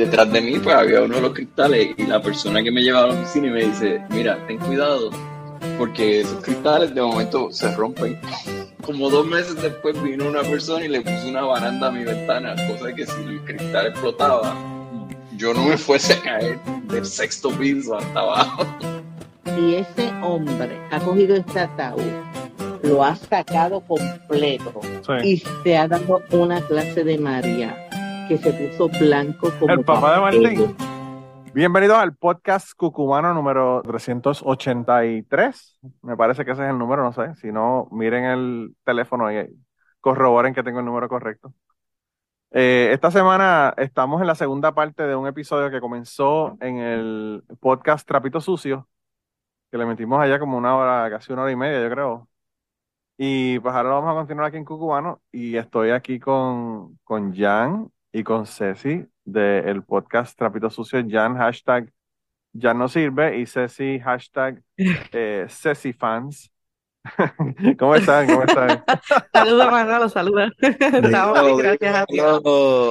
detrás de mí pues había uno de los cristales y la persona que me llevaba a la oficina y me dice, mira, ten cuidado porque esos cristales de momento se rompen. Como 2 meses después vino una persona y le puso una baranda a mi ventana, cosa de que si el cristal explotaba, yo no me fuese a caer del sexto piso hasta abajo. Y ese hombre ha cogido este ataúd, lo ha sacado completo y se ha dado una clase de María que se puso blanco como El papá de Martín. papel. Bienvenidos al podcast cucubano número 383. Me parece que ese es el número, no sé. Si no, miren el teléfono y corroboren que tengo el número correcto. Esta semana estamos en la segunda parte de un episodio que comenzó en el podcast Trapito Sucio, que le metimos allá como una hora, casi una hora y media, yo creo. Y pues ahora lo vamos a continuar aquí en Cucubano y estoy aquí con Jan y con Ceci del podcast Trapito Sucio. Jan, hashtag Jan no sirve y Ceci, hashtag Ceci fans. ¿Cómo están? ¿Cómo están? Saludos, Manolo, saludos. Estamos bien, gracias a Dios.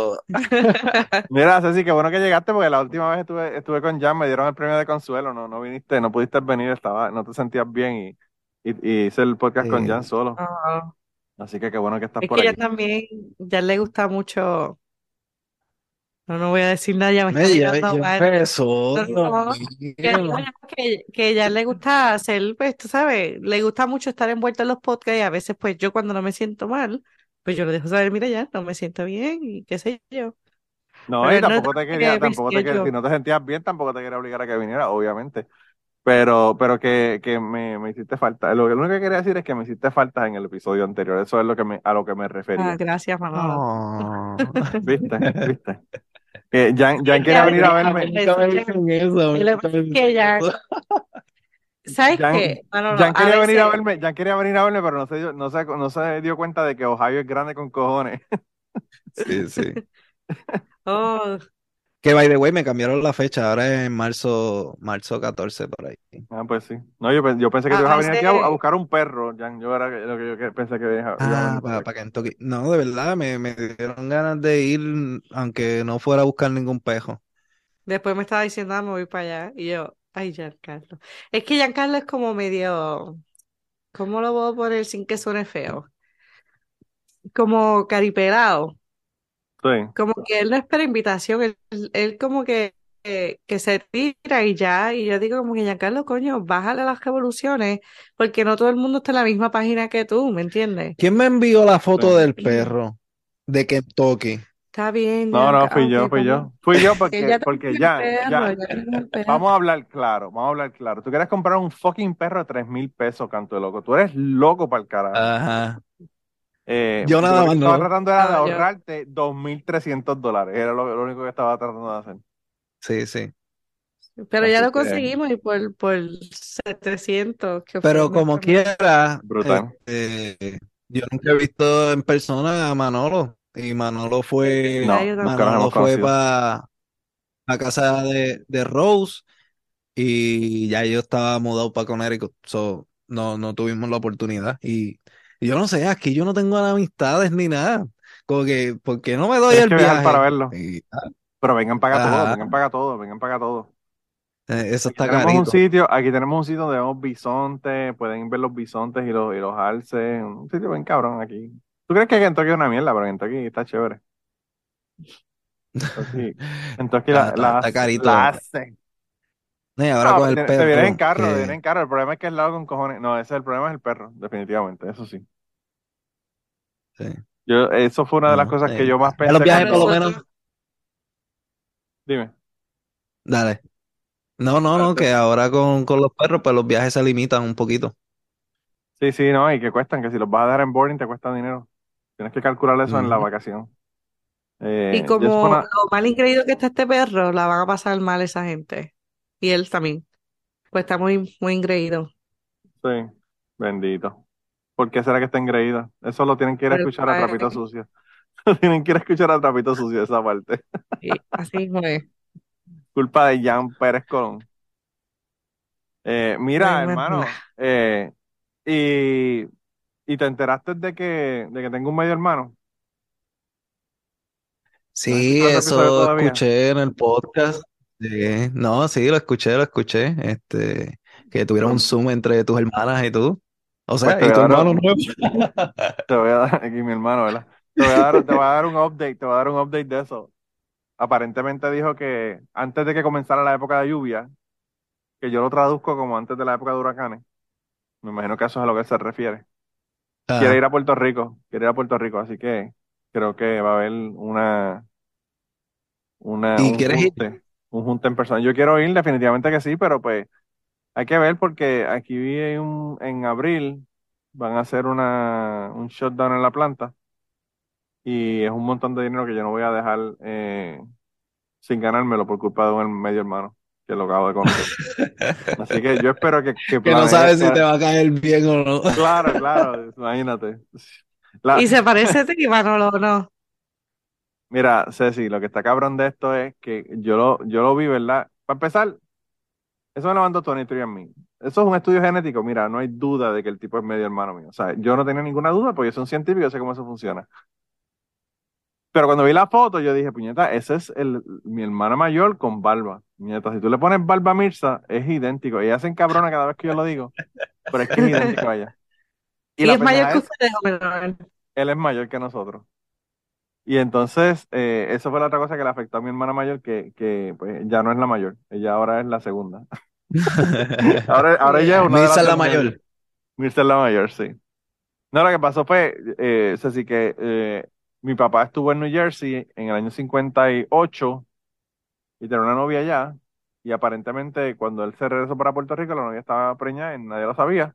Mira, Ceci, qué bueno que llegaste porque la última vez estuve con Jan, me dieron el premio de consuelo, no viniste, no pudiste venir, no te sentías bien y hice el podcast con Jan solo. Oh, Así que qué bueno que estás es por que ya aquí. también, ya le gusta mucho. No voy a decir nada, ya me está mirando mal. Empezó. No, que ya le gusta hacer, pues tú sabes, le gusta mucho estar envuelto en los podcasts y a veces, pues yo cuando no me siento mal, pues yo le dejo saber, mira ya, no me siento bien y qué sé yo. No, Pero y él no es tampoco te quería, de que si yo. no te sentías bien, tampoco te quería obligar a que viniera, obviamente. Pero que me hiciste falta. Lo único que quería decir es que me hiciste falta en el episodio anterior. Eso es a lo que me Ah, refería. gracias, Manolo. Oh. ¿Viste? Jan Es que quería a venir a veces, verme. Nunca me dicen eso. y lo que pasa es que ya, ¿sabes Jan, qué? Manolo, Jan a quería venir a veces, verme, Jan quería venir a verme, pero no se dio cuenta de que Ohio es grande con cojones. Sí, sí. oh, Que by the way, me cambiaron la fecha. Ahora es en marzo 14 por ahí. Ah, pues sí. No, yo pensé que tú a ibas a venir aquí a veces, buscar un perro, Jan. Yo era lo que pensé que ibas a Ah, venir por aquí. para Kentucky. No, de verdad, me dieron ganas de ir, aunque no fuera a buscar ningún pejo. después me estaba diciendo, me voy para allá, y yo, ay, Giancarlo. Es que Giancarlo es como medio, ¿cómo lo puedo poner sin que suene feo? Como caripelado, Sí. como que él no espera invitación, él como que se tira y ya, y yo digo como que Giancarlo, coño, bájale las revoluciones, porque no todo el mundo está en la misma página que tú, ¿me entiendes? ¿Quién me envió la foto Sí. del perro de Kentucky? Está bien, No, fui Giancarlo, yo, ok, fui vamos. yo. Fui yo Que ya porque tenemos el perro, ya tenemos el perro. vamos a hablar claro, vamos a hablar claro. Tú quieres comprar un fucking perro de 3,000 pesos, canto de loco. Tú eres loco para el carajo. Ajá. Yo Yo lo nada que más estaba no. tratando era de No, yo, ahorrarte $2,300. Era lo único que estaba tratando de hacer. Sí, sí. pero ya Así lo que, conseguimos y por 700 que fue Pero como nuestro más. quiera, brutal. yo nunca he visto en persona a Manolo. Y Ah, yo Nunca nos tampoco. hemos Manolo fue conocido. para la casa de Rose y ya yo estaba mudado para Connecticut. So, no tuvimos la oportunidad. Y yo no sé, aquí yo no tengo amistades ni nada. Como que, ¿por qué no me doy Tienes el que viajar para viaje? verlo. Pero vengan para acá todos, Ajá, vengan para acá todos, vengan para acá todos. eso está carito. Aquí tenemos un sitio donde vemos bisontes, pueden ver los bisontes y los alces, un sitio bien cabrón aquí. ¿Tú crees que Kentucky es una mierda? Pero Kentucky está chévere. Kentucky Está la carito. hace. No, y ahora No, con pero el te vienes en perro, carro, te vienes que en carro. El problema es que es lado con cojones. No, ese es el problema, es el perro, definitivamente, eso sí. sí, Eso fue una de las no, cosas que yo más ya los pensé A viajes por lo cuando. menos, nosotros, Dime. dale. No, que ahora con los perros, pues los viajes se limitan un poquito. Sí, sí, no, y que cuestan, que si los vas a dar en boarding te cuesta dinero. Tienes que calcular eso en la Ujú. vacación. y Y eso fue como una. lo mal increído que está este perro, la van a pasar mal esa gente. Y él también. Pues está muy ingreído. Sí, bendito. ¿Por qué será que está engreída? Eso lo tienen que ir a Por el escuchar a Trapito padre. Sucio. Tienen que ir a escuchar a Trapito Sucio esa parte. Sí, así mismo es. Culpa de Jan Pérez Colón. No hay Mira, más nada. hermano, y, y te enteraste de que tengo un medio hermano. ¿No has Sí, escuchado ese episodio eso todavía? escuché en el podcast. No, sí, lo escuché. Que tuvieron Pues, un Zoom entre tus hermanas y tú. O pues sea, y tu hermano nuevo. te voy a dar, aquí mi hermano, ¿verdad? Te voy a dar un update, te voy a dar un update de eso. Aparentemente dijo que antes de que comenzara la época de lluvia, que yo lo traduzco como antes de la época de huracanes, me imagino que eso es a lo que él se refiere. Quiere Ah, ir a Puerto Rico, quiere ir a Puerto Rico, así que creo que va a haber ¿y quieres ir? un junte en persona. Yo quiero ir, definitivamente que sí, pero pues hay que ver porque aquí en abril van a hacer un shutdown en la planta y es un montón de dinero que yo no voy a dejar sin ganármelo por culpa de un medio hermano que lo acabo de conocer. Así que yo espero que Que no planees sabes si te este. va a caer bien o no. Claro, claro, imagínate. La, Y se parece a ti, Manolo, ¿no? Mira, Ceci, lo que está cabrón de esto es que yo lo vi, ¿verdad? Para empezar, eso me lo mandó Tony Tree a mí. Eso es un estudio genético. Mira, no hay duda de que el tipo es medio hermano mío. O sea, yo no tenía ninguna duda porque yo soy un científico y yo sé cómo eso funciona. Pero cuando vi la foto, yo dije, puñeta, ese es mi hermana mayor con barba. Puñeta, si tú le pones barba a Mirza, es idéntico. Ella se encabrona cada vez que yo lo digo, pero es que es idéntico a ella. Y Y la es mayor pendeja que es, ustedes, o menor. él es mayor que nosotros. Y entonces, eso fue la otra cosa que le afectó a mi hermana mayor, que pues, ya no es la mayor, ella ahora es la segunda. Ahora ella es una de Misa las es la del medio. mayor. Mirza es la mayor, sí. No, lo que pasó fue, Ceci, que mi papá estuvo en New Jersey en el año 58 y tenía una novia allá. Y aparentemente, cuando él se regresó para Puerto Rico, la novia estaba preñada y nadie lo sabía.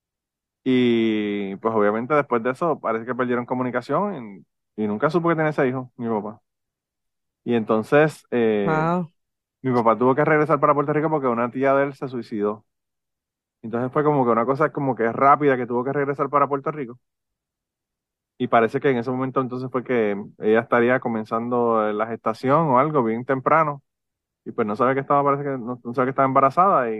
Y pues obviamente después de eso parece que perdieron comunicación y nunca supo que tenía ese hijo, mi papá. Y entonces Wow. mi papá tuvo que regresar para Puerto Rico porque una tía de él se suicidó. Entonces fue como que una cosa como que rápida que tuvo que regresar para Puerto Rico. Y parece que en ese momento entonces fue que ella estaría comenzando la gestación o algo bien temprano. Y pues no sabe que estaba, parece que no sabe que estaba embarazada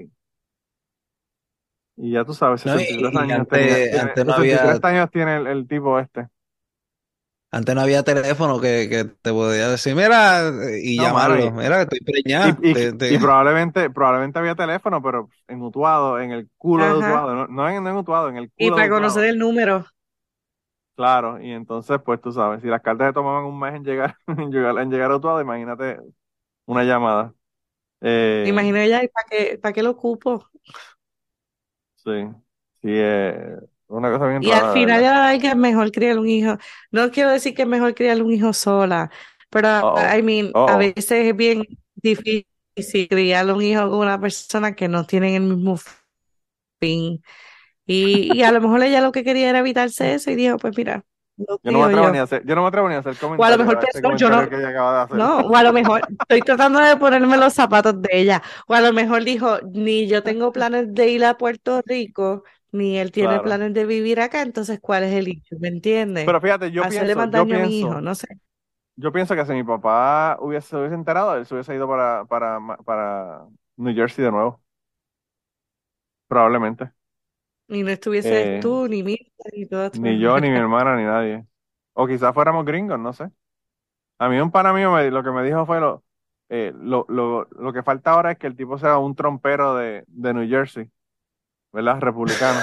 y ya tú sabes, No, 63 y años tiene, antes no 63 había, años tiene el tipo este. antes no había teléfono que te podía decir, mira, y No, mano, llamarlo, mira, que estoy y, preñada. y, y probablemente había teléfono, pero en Utuado, en el culo de Ajá. Utuado, no en Utuado, en el Y culo de para conocer Utuado. el número. Claro, y entonces, pues tú sabes, si las cartas se tomaban un mes en llegar, en llegar a Utuado, imagínate una llamada. Me Eh, imagino ella, ¿y para qué lo ocupo? sí, sí, una cosa bien Y al rara, de final verdad. ya hay que es mejor criar un hijo. No quiero decir que es mejor criar un hijo sola, pero Uh-oh, I mean, a uh-oh. veces es bien difícil criar un hijo con una persona que no tienen el mismo fin. Y a lo mejor ella lo que quería era evitarse eso y dijo, pues mira, lo crío yo. Yo no me atrevo ni a hacer O a lo comentario mejor a este pensó, yo comentario no, que ella acaba de hacer. no, o a lo mejor estoy tratando de ponerme los zapatos de ella. O a lo mejor dijo, ni yo tengo planes de ir a Puerto Rico, ni él tiene Claro. planes de vivir acá, entonces ¿cuál es el issue? ¿Me entiendes? Pero fíjate, Hacerle más daño a mi hijo, no sé. yo pienso que si mi papá se hubiese enterado, él se hubiese ido para New Jersey de nuevo, probablemente. Y no estuvieses Eh, tú, ni Mirta, ni toda tu Ni yo, ni mi hermana. hermana, ni nadie. O quizás fuéramos gringos, no sé. A mí un pana mío lo que me dijo fue lo que falta ahora es que el tipo sea un trompero de New Jersey, ¿verdad? Republicano.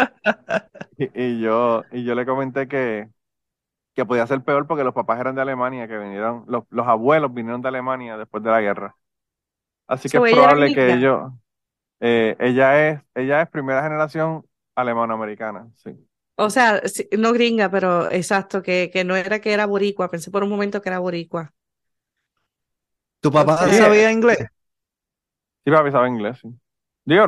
Y yo le comenté que podía ser peor porque los papás eran de Alemania, que vinieron, los abuelos vinieron de Alemania después de la guerra. Así que es So, ella era probable que gringa. ella es primera generación alemanoamericana, sí. O sea, no gringa, pero exacto, que no era que era boricua. Pensé por un momento que era boricua. ¿Tu O papá Sí, sea, sabía inglés? sí, papi sabe inglés, sí. Digo,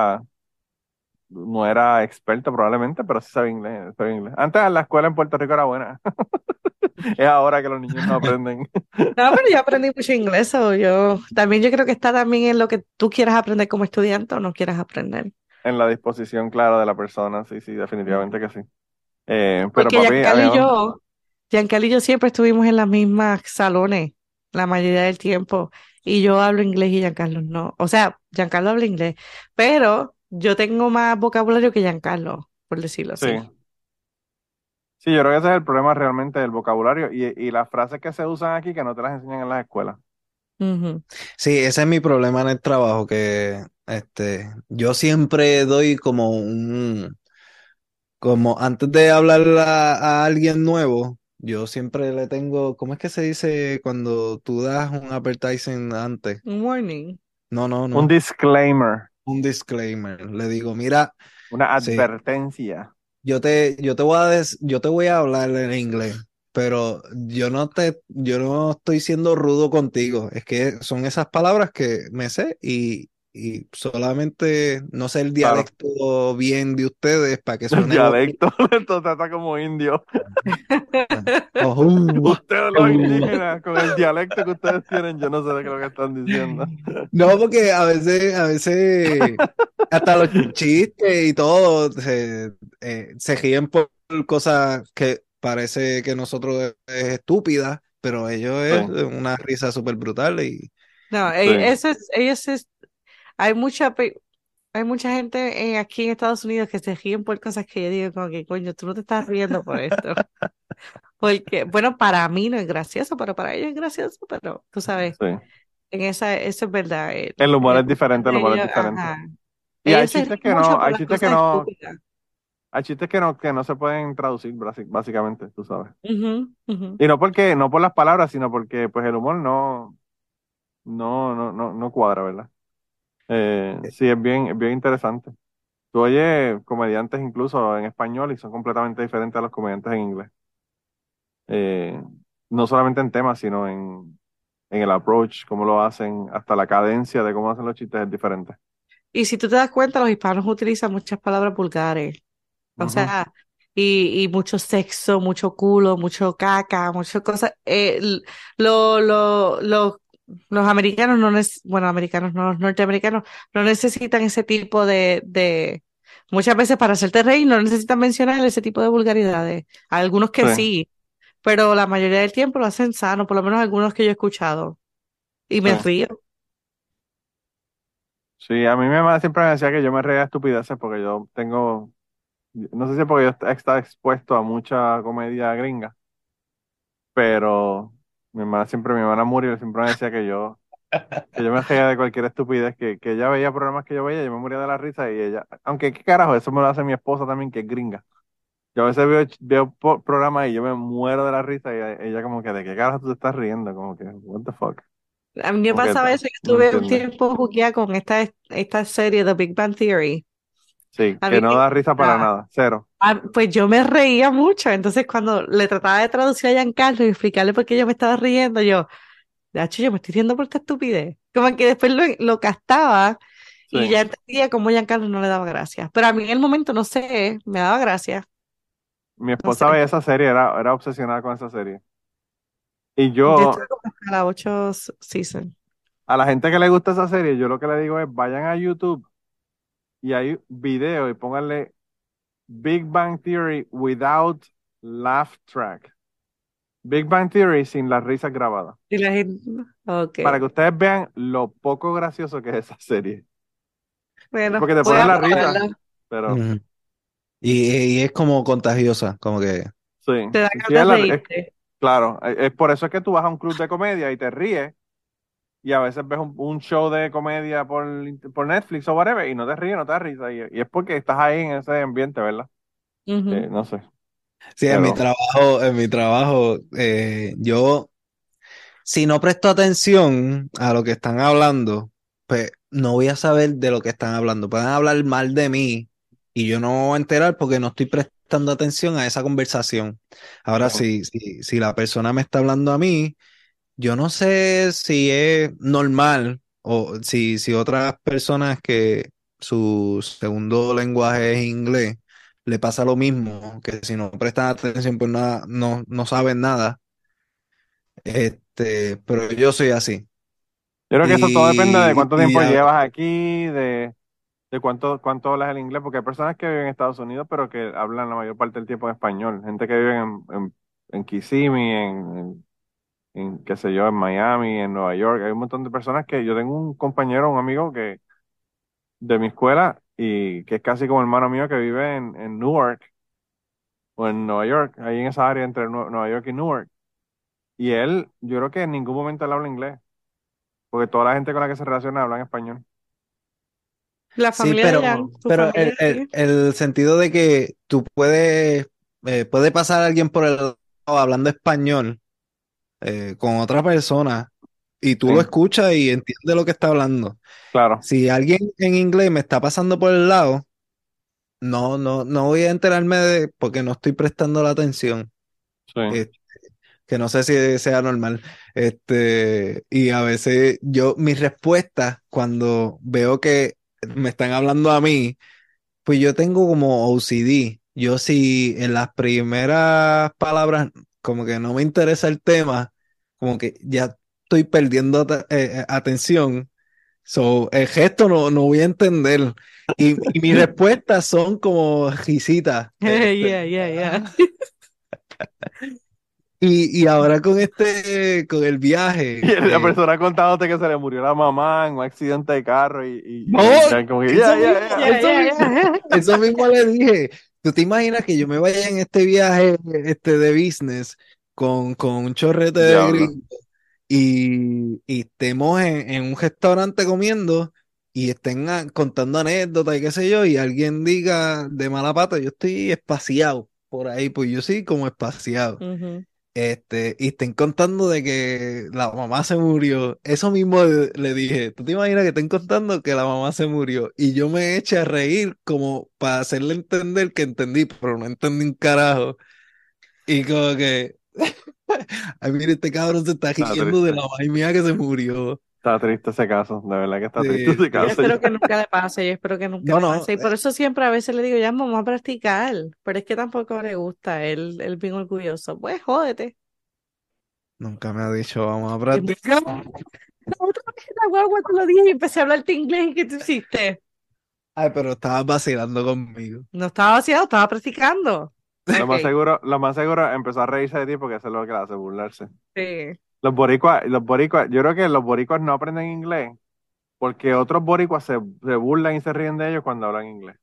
no era experto probablemente, pero sí sabe inglés, sabe inglés. Antes la escuela en Puerto Rico era buena. Es ahora que los niños no aprenden no, pero yo aprendí mucho inglés, o yo creo que está también en lo que tú quieras aprender como estudiante o no quieras aprender. en la disposición, claro, de la persona. Sí, sí, definitivamente que sí. Pero Porque papi, Giancarlo y yo siempre estuvimos en las mismas salones la mayoría del tiempo y yo hablo inglés y Giancarlo no. O sea, Giancarlo habla inglés, pero yo tengo más vocabulario que Giancarlo, por decirlo sí, así. Sí, yo creo que ese es el problema realmente del vocabulario y las frases que se usan aquí que no te las enseñan en las escuelas. Ujú. Sí, ese es mi problema en el trabajo, que yo siempre doy como antes de hablar a alguien nuevo, yo siempre le tengo, ¿cómo es que se dice cuando tú das un advertising antes? Un warning. No, no, Un no, disclaimer, un disclaimer. Le digo, mira, una sí, advertencia. yo te voy a hablar en inglés, pero yo no estoy siendo rudo contigo. Es que son esas palabras que me sé y solamente no sé el Claro, dialecto bien de ustedes para que el suene bonito. dialecto, entonces está como indio. Oh, Ustedes los indígenas, con el dialecto que ustedes tienen, yo no sé de qué es lo que están diciendo. no, porque a veces, hasta los chistes y todo se ríen por cosas que parece que nosotros es estúpida, pero ellos Sí, es una risa súper brutal y No, sí. hay hay mucha gente aquí en Estados Unidos que se ríen por cosas que yo digo como que coño, tú no te estás riendo por esto. Porque, bueno, para mí no es gracioso, pero para ellos es gracioso, pero tú sabes, Sí. eso es verdad. El humor El es humor diferente, el de humor es ellos, diferente. ajá. Y hay Ellos se chistes ríen que mucho no, por hay las chistes que cosas no, estúpidas. hay chistes que no se pueden traducir, básicamente, tú sabes. Ujú, ujú. Y no por las palabras, sino porque pues el humor no cuadra, ¿verdad? Sí, es bien interesante. Tú oyes comediantes incluso en español y son completamente diferentes a los comediantes en inglés. Eh, no solamente en temas, sino en el approach, cómo lo hacen, hasta la cadencia de cómo hacen los chistes es diferente. Y si tú te das cuenta, los hispanos utilizan muchas palabras vulgares. O Ujú, sea, y mucho sexo, mucho culo, mucho caca, muchas cosas. Los americanos bueno, americanos no, los norteamericanos no necesitan ese tipo muchas veces para hacerte reír no necesitan mencionar ese tipo de vulgaridades. Algunos sí, que sí, pero la mayoría del tiempo lo hacen sano, por lo menos algunos que yo he escuchado. Y sí. me río. Sí, a mí mi mamá siempre me decía que yo me reía de estupideces porque yo tengo, no sé si es porque yo he estado expuesto a mucha comedia gringa, pero mi hermana Muriel siempre me decía que yo me reía de cualquier estupidez, que ella veía programas que yo veía, yo me moría de la risa y ella, aunque qué carajo, eso me lo hace mi esposa también, que es gringa. Yo a veces veo programas y yo me muero de la risa y ella como que, ¿de qué carajo tú te estás riendo? Como que, what the fuck? A mí me Como que pasaba eso, yo no estuve un entiende. tiempo jugueada con esta serie de Big Bang Theory. Sí, A que mí no me da risa para encantaba. nada, cero. Pues yo me reía mucho, entonces cuando le trataba de traducir a Giancarlo y explicarle por qué yo me estaba riendo, yo me estoy riendo por esta estupidez. Como que después lo captaba Sí. y ya entendía cómo Giancarlo no le daba gracias. Pero a mí en el momento, no sé, me daba gracias, Mi no esposa sé. veía esa serie, era obsesionada con esa serie. Y Yo yo, estuve como hasta la 8 season. a la gente que le gusta esa serie, yo lo que le digo es, vayan a YouTube y hay video y pónganle Big Bang Theory without laugh track. Big Bang Theory sin las risas grabadas. Y la gente, ok. Para que ustedes vean lo poco gracioso que es esa serie. Bueno, Porque te voy ponen a la risa, probarla. pero ujú. Y es como contagiosa, como que sí, Te da sí ganas de es reírte. claro, es por eso es que tú vas a un club de comedia y te ríes y a veces ves un show de comedia por Netflix o whatever y no te ríes, no te da risa y es porque estás ahí en ese ambiente, ¿verdad? Ujú. No sé, sí, pero en mi trabajo, yo si no presto atención a lo que están hablando, pues no voy a saber de lo que están hablando. Pueden hablar mal de mí y yo no me voy a enterar porque no estoy prestando atención a esa conversación. Ahora, sí. si la persona me está hablando a mí, yo no sé si es normal o si otras personas que su segundo lenguaje es inglés, le pasa lo mismo, que si no prestan atención, pues no saben nada. Pero yo soy así. Yo creo que eso todo depende de cuánto Y tiempo ya, llevas aquí, de cuánto hablas el inglés, porque hay personas que viven en Estados Unidos, pero que hablan la mayor parte del tiempo en español. Gente que vive en Kissimmee, qué sé yo, en Miami, en Nueva York. Hay un montón de personas que yo tengo un compañero, un amigo que de mi escuela y que es casi como hermano mío que vive en Newark o en Nueva York, ahí en esa área entre Nueva York y Newark. Y él, yo creo que en ningún momento él habla inglés, porque toda la gente con la que se relaciona habla en español. La Sí, familia de Jan, tu pero familia de ti. el sentido de que tú puede pasar alguien por el lado hablando español con otra persona y tú lo Sí, escuchas y entiendes lo que está hablando. claro. Si alguien en inglés me está pasando por el lado, no voy a enterarme porque no estoy prestando la atención. Sí. Eh, que no sé si sea normal. Y a veces mi respuesta cuando veo que me están hablando a mí, pues yo tengo como OCD. Yo si en las primeras palabras como que no me interesa el tema, como que ya estoy perdiendo atención. So, el gesto no voy a entender. Y mis respuestas son como risitas. Yeah, yeah, yeah. Y ahora con el Y viaje, la persona contándote que se le murió la mamá en un accidente de carro no, y ya como que, eso mismo, Yeah, yeah, yeah. eso mismo le dije. ¿Tú te imaginas que yo me vaya en este viaje de business con un chorrete de diablo. gringos y estemos en un restaurante comiendo y estén contando anécdotas y qué sé yo, y alguien diga de mala pata, yo estoy espaciado por ahí, pues yo sí como espaciado. Ujú. Y estén contando de que la mamá se murió. Eso mismo le dije, ¿tú te imaginas que estén contando que la mamá se murió? Y yo me eché a reír como para hacerle entender que entendí, pero no entendí un carajo. Y como que, ay, mire, este cabrón se está Está riendo de triste. la mamá mía que se murió. Está triste ese caso. De verdad que está triste Sí, ese Yo caso espero ya. que nunca le pase, yo espero que nunca no, le no, pase. Y por eso siempre a veces le digo, ya vamos a practicar, pero es que tampoco le gusta, él bien orgulloso. Pues jódete. nunca me ha dicho, vamos a Y me dice, practicar. la otra vez en la guagua te lo dije y empecé a hablarte inglés y ¿qué tú hiciste? Ay, pero estabas vacilando conmigo. No estaba haciendo, estaba practicando. Ok, Lo más seguro empezó a reírse de ti porque eso es lo que le hace burlarse. sí. Los boricuas, yo creo que los boricuas no aprenden inglés porque otros boricuas se burlan y se ríen de ellos cuando hablan inglés.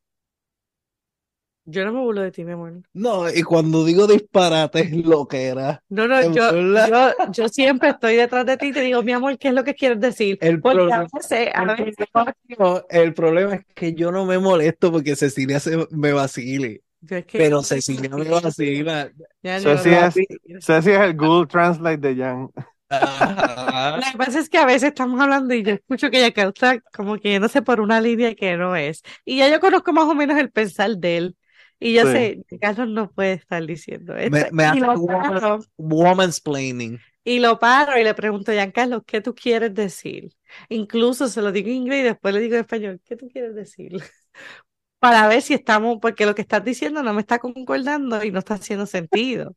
Yo no me burlo de ti, mi amor. No, y cuando digo disparate es lo que era. No, no, En verdad. yo siempre estoy detrás de ti y te digo, mi amor, ¿qué es lo que quieres decir? El Porque problema, a veces, el problema es que yo no me molesto porque Cecilia me vacile, yo es que, pero Cecilia me vacila. ya yo no Ceci te voy a es, decir. Ceci es el Google Translate de Jan. Ajá. Lo que pasa es que a veces estamos hablando y yo escucho que ella causa como que no sé por una línea que no es. Y ya yo conozco más o menos el pensar de él. Y yo Sí. sé, Carlos no puede estar diciendo esto. Me Y hace lo paro, womansplaining. y le pregunto, Giancarlo, ¿qué tú quieres decir? Incluso se lo digo en inglés y después le digo en español, ¿qué tú quieres decir? Para ver si estamos, porque lo que estás diciendo no me está concordando y no está haciendo sentido.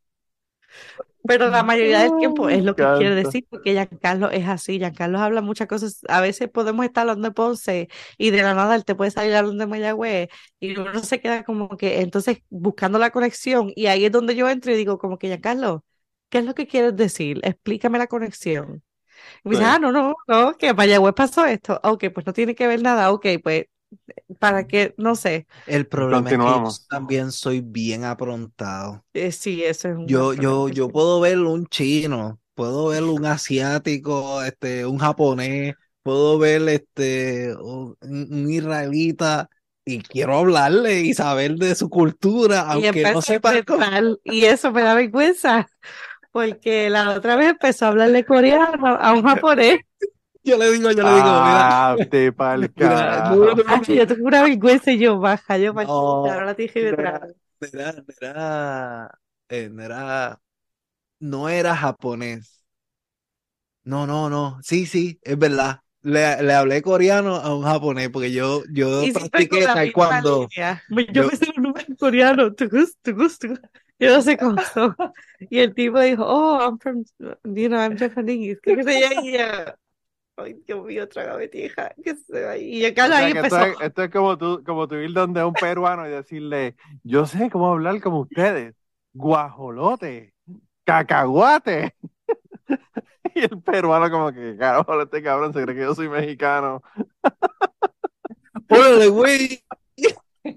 Pero la mayoría del tiempo Me es lo que quiere encanta. decir, porque Giancarlo es así. Giancarlo habla muchas cosas. A veces podemos estar hablando de Ponce y de la nada él te puede salir hablando de Mayagüez y uno se queda como que entonces buscando la conexión. Y ahí es donde yo entro y digo, como que Giancarlo, ¿qué es lo que quieres decir? Explícame la conexión. Y me dice, Sí. no, que en Mayagüez pasó esto. Ok, pues no tiene que ver nada. Ok, pues para que, no sé. El problema es que yo Continuamos. también soy bien aprontado. Sí, eso es un gran problema. Yo puedo ver un chino, puedo ver un asiático, un japonés, puedo ver un israelita y quiero hablarle y saber de su cultura, Y aunque no empezó a sepa cómo. inventar, y eso me da vergüenza, porque la otra vez empezó a hablarle coreano a un japonés. Yo le digo, mira, Ah, te pa'l mira, no, no, carajo. no, Ay, yo tengo una vergüenza y yo baja, yo no, ahora la dije detrás. no era, no era japonés. No. Sí, es verdad. Le hablé coreano a un japonés porque yo Y siempre con practiqué la misma taekwondo. línea. Yo Yo, me sé un número en coreano, tugus, tugus, tugus. Yo no sé cómo son. Y el tipo dijo, oh, I'm from, I'm Japanese. ¿Qué sé yo? Y yo, ay, Dios mío, trágame tija. Y yo, O claro, ahí sea que empezó. esto es como tú ir donde un peruano y decirle, yo sé cómo hablar como ustedes. Guajolote, cacahuate. Y el peruano como que, carajo, este cabrón se cree que yo soy mexicano. órale, güey.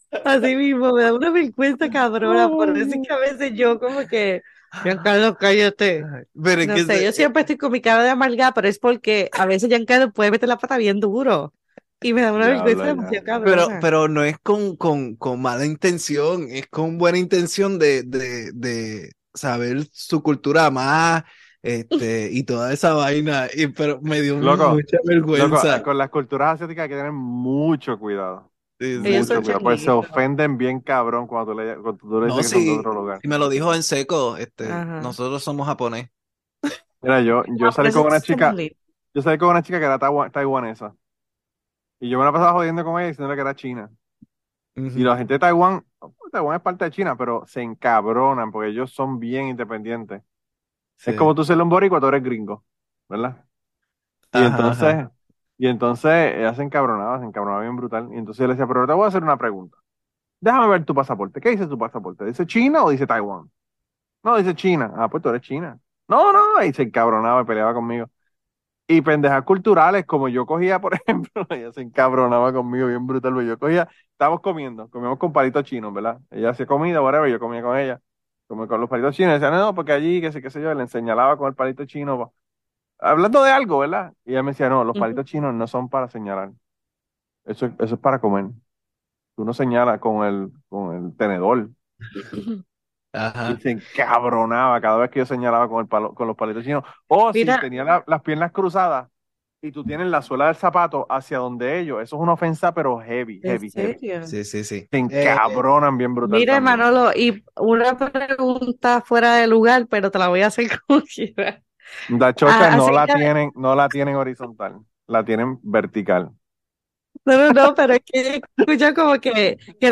Así mismo, me da una vergüenza cabrona, por eso es que a veces yo como que, Giancarlo, cállate. Pero es No que sé, yo siempre estoy con mi cara de amargada, pero es porque a veces Giancarlo puede meter la pata bien duro y me da una vergüenza Diablo, demasiado ya. cabrona. pero no es con mala intención, es con buena intención de saber su cultura más, y toda esa vaina, pero me dio Loco, mucha loco, vergüenza. con las culturas asiáticas hay que tener mucho cuidado. Sí, sí, Ellos Mucho son sí. cuidado, pues se changuitos. ofenden bien cabrón cuando tú le No, dices que son de sí, otro lugar. y me lo dijo en seco, Ajá. nosotros somos japonés. Mira, yo Ah, por salí eso con una somos chica, lindos. yo salí con una chica que era taiwanesa. Y yo me la pasaba jodiendo con ella diciéndole que era china. Y Ujú. la gente de Taiwán, Taiwán es parte de China, pero se encabronan porque ellos son bien independientes. Es Sí. como tú ser un boricua, tú eres gringo, ¿verdad? Y Ajá, ajá. entonces, y entonces ella se encabronaba bien brutal. Y entonces yo le decía, pero te voy a hacer una pregunta. Déjame ver tu pasaporte. ¿Qué dice tu pasaporte? ¿Dice China o dice Taiwán? No, dice China. Ah, pues tú eres China. No, no, y se encabronaba y peleaba conmigo. Y pendejas culturales, como yo cogía, por ejemplo, ella se encabronaba conmigo bien brutal, porque yo cogía, estábamos comíamos con palitos chinos, ¿verdad? Ella hacía comida, whatever, yo comía con ella, comía con los palitos chinos, y decía, no, no, porque allí, qué sé yo, le señalaba con el palito chino, hablando de algo, ¿verdad? Y ella me decía, no, los Ujú. palitos chinos no son para señalar, eso es para comer. Tú no señalas con el tenedor. Y Ajá. se encabronaba cada vez que yo señalaba con con los palitos chinos. O si Mira, tenía las piernas cruzadas y tú tienes la suela del zapato hacia donde ellos, eso es una ofensa, pero heavy, ¿en heavy, heavy. serio? Sí, sí, sí. Se encabronan bien brutal Mira, también. Manolo, y una pregunta fuera de lugar, pero te la voy a hacer como quiera. La chocha Acerca de... no la tienen horizontal, la tienen vertical. No, no, no, pero es que escucho como que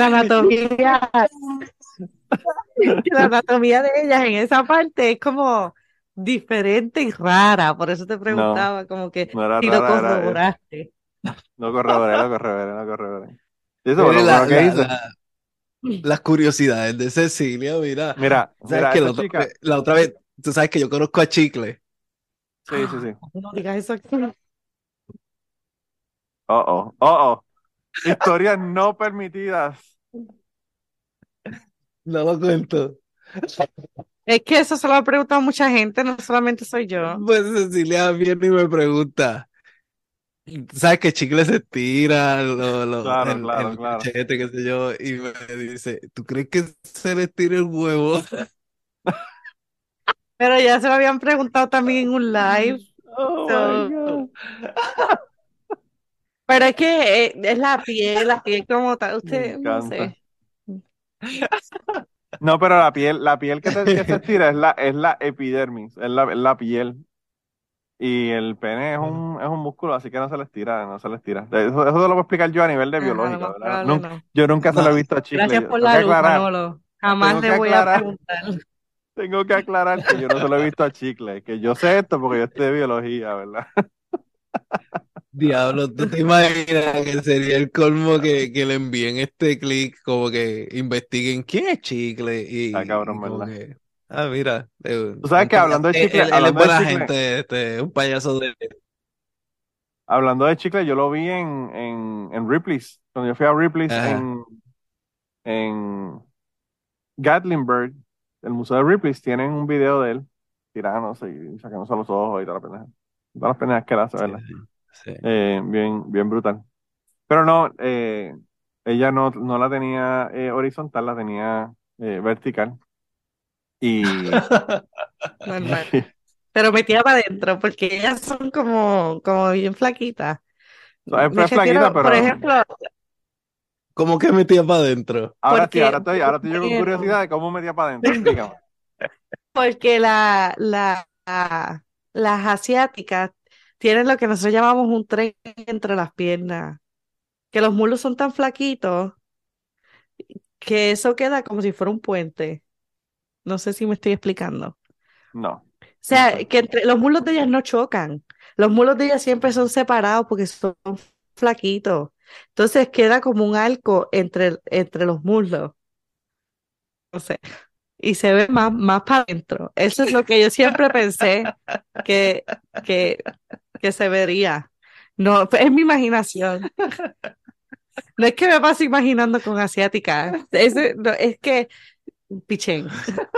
la anatomía de ellas en esa parte es como diferente y rara. Por eso te No, preguntaba, como que no era si lo rara, corroboraste. no corroboré, lo corroboré, lo corroboré. Y eso fue Mire lo primero que hice. las curiosidades de Cecilia, mira. Mira, ¿Sabes mira, que esa chica, la otra vez, tú sabes que yo conozco a Chicle? sí, sí, sí. No digas eso aquí. Oh, oh, oh, oh. Historias no permitidas. No lo cuento. Es que eso se lo ha preguntado mucha gente, no solamente soy yo. Pues Cecilia viene y me pregunta, ¿sabes que Chicle se tira Claro, en claro, los claro. cachetes, qué sé yo? Y me dice, ¿tú crees que se le tira el huevo? Pero ya se lo habían preguntado también en un live. Oh my So, God. pero es que es la piel como tal. Me Usted, no encanta. sé. No, pero la piel que se estira es la epidermis, es la piel. Y el pene es un músculo, así que no se le estira, no se le estira. Eso te lo puedo explicar yo a nivel de Ajá, lo biológica, más ¿verdad? probable no. Yo nunca se No, lo he visto a Chicle. Gracias Yo por la luz, Manolo. Jamás tengo le que voy a aclarar, preguntar. tengo que aclarar que yo no se lo he visto a Chicle, que yo sé esto porque yo estudié biología, ¿verdad? diablo, ¿tú te imaginas que sería el colmo que le envíen este clic, como que investiguen quién es Chicle Está y cabrón, como ¿verdad? que, ah, mira, Tú sabes que él es buena gente, un payaso de... hablando de Chicle, yo lo vi en Ripley's, cuando yo fui a Ripley's Ajá, en Gatlinburg, el Museo de Ripley's, tienen un video de él tirándose y sacándose los ojos y todas las pendejas que él hace, sí, ¿verdad? sí. Bien brutal. Pero no, ella no la tenía horizontal, la tenía vertical. Y, Normal. Pero metida para adentro, porque ellas son como bien flaquitas. Me es flaquita, refiero, por pero ejemplo, ¿Cómo que metía para adentro? ahora sí, porque, ahora estoy yo con curiosidad de cómo metía para adentro. Explícame. porque las asiáticas tienen lo que nosotros llamamos un tren entre las piernas, que los muslos son tan flaquitos que eso queda como si fuera un puente. No sé si me estoy explicando. O No, no sea, sé. que entre los muslos de ellas no chocan. Los muslos de ellas siempre son separados porque son flaquitos. Entonces queda como un arco entre los muslos. No sé. Y se ve más para adentro. Eso es lo que yo siempre pensé que, que, que se vería. No, es mi imaginación. No es que me paso imaginando con asiática. Es que, pichén.